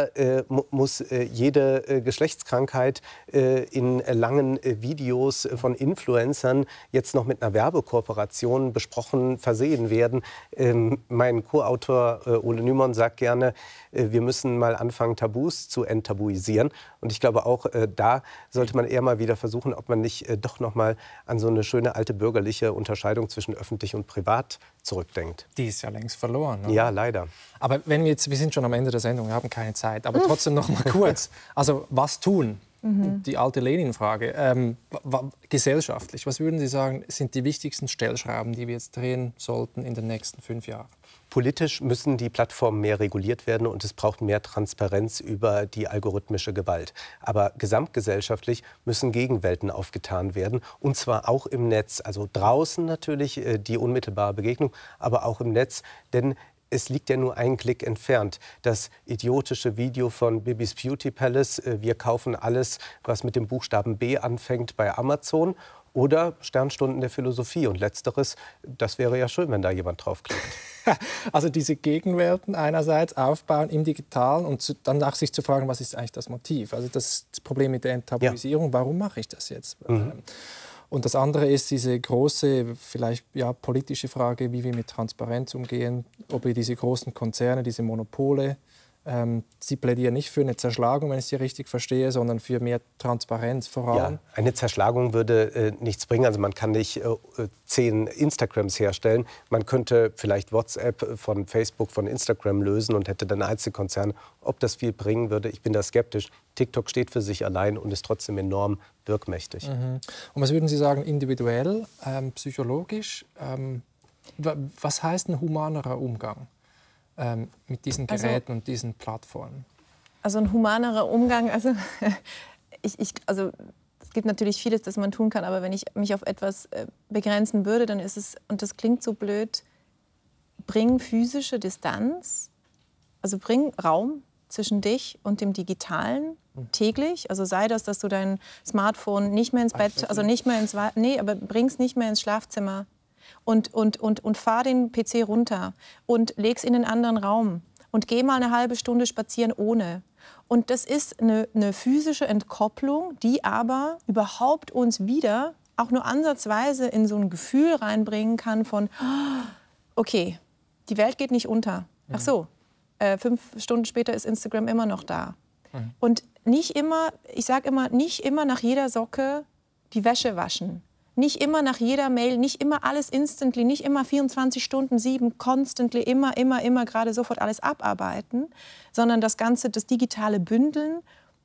jede Geschlechtskrankheit in langen Videos von Influencern jetzt noch mit einer Werbekooperation besprochen, versehen werden? Mein Co-Autor Ole Nymon sagt gerne, wir müssen mal anfangen, Tabus zu enttabuisieren. Und ich glaube auch, da sollte man eher mal wieder versuchen, ob man nicht doch noch mal an so eine schöne alte bürgerliche Unterscheidung zwischen öffentlich und privat zurückdenkt. Die ist ja längst verloren. Oder? Ja, leider. Aber wenn wir sind schon am Ende der Sendung, wir haben keine Zeit. Aber trotzdem noch mal kurz. Also was tun? Die alte Lenin-Frage. Gesellschaftlich, was würden Sie sagen, sind die wichtigsten Stellschrauben, die wir jetzt drehen sollten in den nächsten 5 Jahren? Politisch müssen die Plattformen mehr reguliert werden und es braucht mehr Transparenz über die algorithmische Gewalt. Aber gesamtgesellschaftlich müssen Gegenwelten aufgetan werden, und zwar auch im Netz. Also draußen natürlich die unmittelbare Begegnung, aber auch im Netz, denn es liegt ja nur einen Klick entfernt. Das idiotische Video von Bibis Beauty Palace, wir kaufen alles, was mit dem Buchstaben B anfängt, bei Amazon. Oder Sternstunden der Philosophie. Und letzteres, das wäre ja schön, wenn da jemand draufklickt. Also diese Gegenwelten einerseits aufbauen im Digitalen und dann auch sich zu fragen, was ist eigentlich das Motiv? Also das Problem mit der Enttabuisierung, warum mache ich das jetzt? Und das andere ist diese große, vielleicht politische Frage, wie wir mit Transparenz umgehen, ob wir diese großen Konzerne, diese Monopole, Sie plädieren nicht für eine Zerschlagung, wenn ich Sie richtig verstehe, sondern für mehr Transparenz vor allem. Ja, eine Zerschlagung würde nichts bringen. Also man kann nicht 10 Instagrams herstellen. Man könnte vielleicht WhatsApp von Facebook, von Instagram lösen und hätte dann Einzelkonzerne. Ob das viel bringen würde, ich bin da skeptisch. TikTok steht für sich allein und ist trotzdem enorm wirkmächtig. Und was würden Sie sagen, individuell, psychologisch, was heißt ein humanerer Umgang mit diesen Geräten und diesen Plattformen? Also ein humanerer Umgang, also es gibt natürlich vieles, das man tun kann, aber wenn ich mich auf etwas begrenzen würde, dann ist es, und das klingt so blöd, bring physische Distanz, also bring Raum zwischen dich und dem Digitalen täglich. Also sei das, dass du dein Smartphone nicht mehr ins Bett, also nicht mehr aber bring's nicht mehr ins Schlafzimmer. Und fahr den PC runter und leg's in einen anderen Raum und geh mal eine halbe Stunde spazieren ohne. Und das ist eine physische Entkopplung, die aber überhaupt uns wieder auch nur ansatzweise in so ein Gefühl reinbringen kann von, okay, die Welt geht nicht unter. Ach so, 5 Stunden später ist Instagram immer noch da. Und nicht immer, ich sage immer, nicht immer nach jeder Socke die Wäsche waschen. Nicht immer nach jeder Mail, nicht immer alles instantly, nicht immer 24 Stunden, 7, constantly, immer, gerade sofort alles abarbeiten, sondern das Ganze, das digitale Bündeln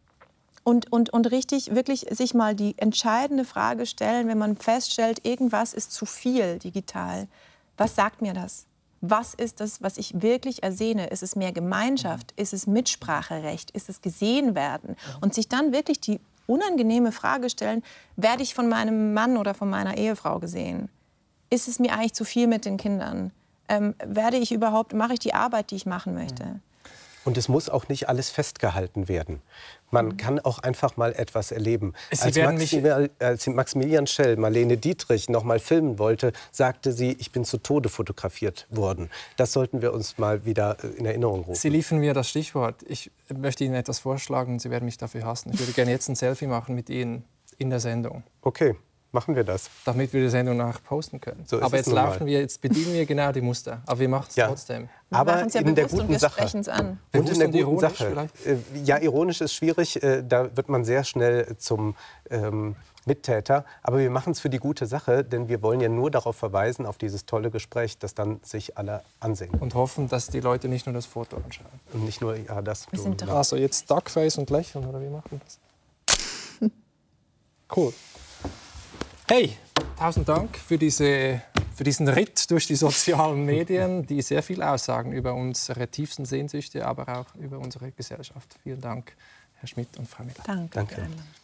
und richtig, wirklich sich mal die entscheidende Frage stellen, wenn man feststellt, irgendwas ist zu viel digital. Was sagt mir das? Was ist das, was ich wirklich ersehne? Ist es mehr Gemeinschaft? Ist es Mitspracherecht? Ist es gesehen werden? Und sich dann wirklich die unangenehme Frage stellen, werde ich von meinem Mann oder von meiner Ehefrau gesehen? Ist es mir eigentlich zu viel mit den Kindern? Mache ich die Arbeit, die ich machen möchte? Und es muss auch nicht alles festgehalten werden. Man kann auch einfach mal etwas erleben. Als Maximilian Schell Marlene Dietrich noch mal filmen wollte, sagte sie, ich bin zu Tode fotografiert worden. Das sollten wir uns mal wieder in Erinnerung rufen. Sie liefern mir das Stichwort. Ich möchte Ihnen etwas vorschlagen und Sie werden mich dafür hassen. Ich würde gerne jetzt ein Selfie machen mit Ihnen in der Sendung. Okay. Machen wir das. Damit wir die Sendung nachher posten können. So aber jetzt bedienen wir genau die Muster. Aber wir machen es trotzdem. Aber in der guten Sache. An. Und in der guten Sache. Ja, ironisch ist schwierig. Da wird man sehr schnell zum Mittäter. Aber wir machen es für die gute Sache, denn wir wollen ja nur darauf verweisen, auf dieses tolle Gespräch, das dann sich alle ansehen. Und hoffen, dass die Leute nicht nur das Foto anschauen. Und nicht nur das. Wir sind drauf. Also jetzt Duckface und lächeln, oder wie machen wir das? Cool. Hey, 1000 Dank für diesen Ritt durch die sozialen Medien, die sehr viel aussagen über unsere tiefsten Sehnsüchte, aber auch über unsere Gesellschaft. Vielen Dank, Herr Schmidt und Frau Miller. Danke. Danke.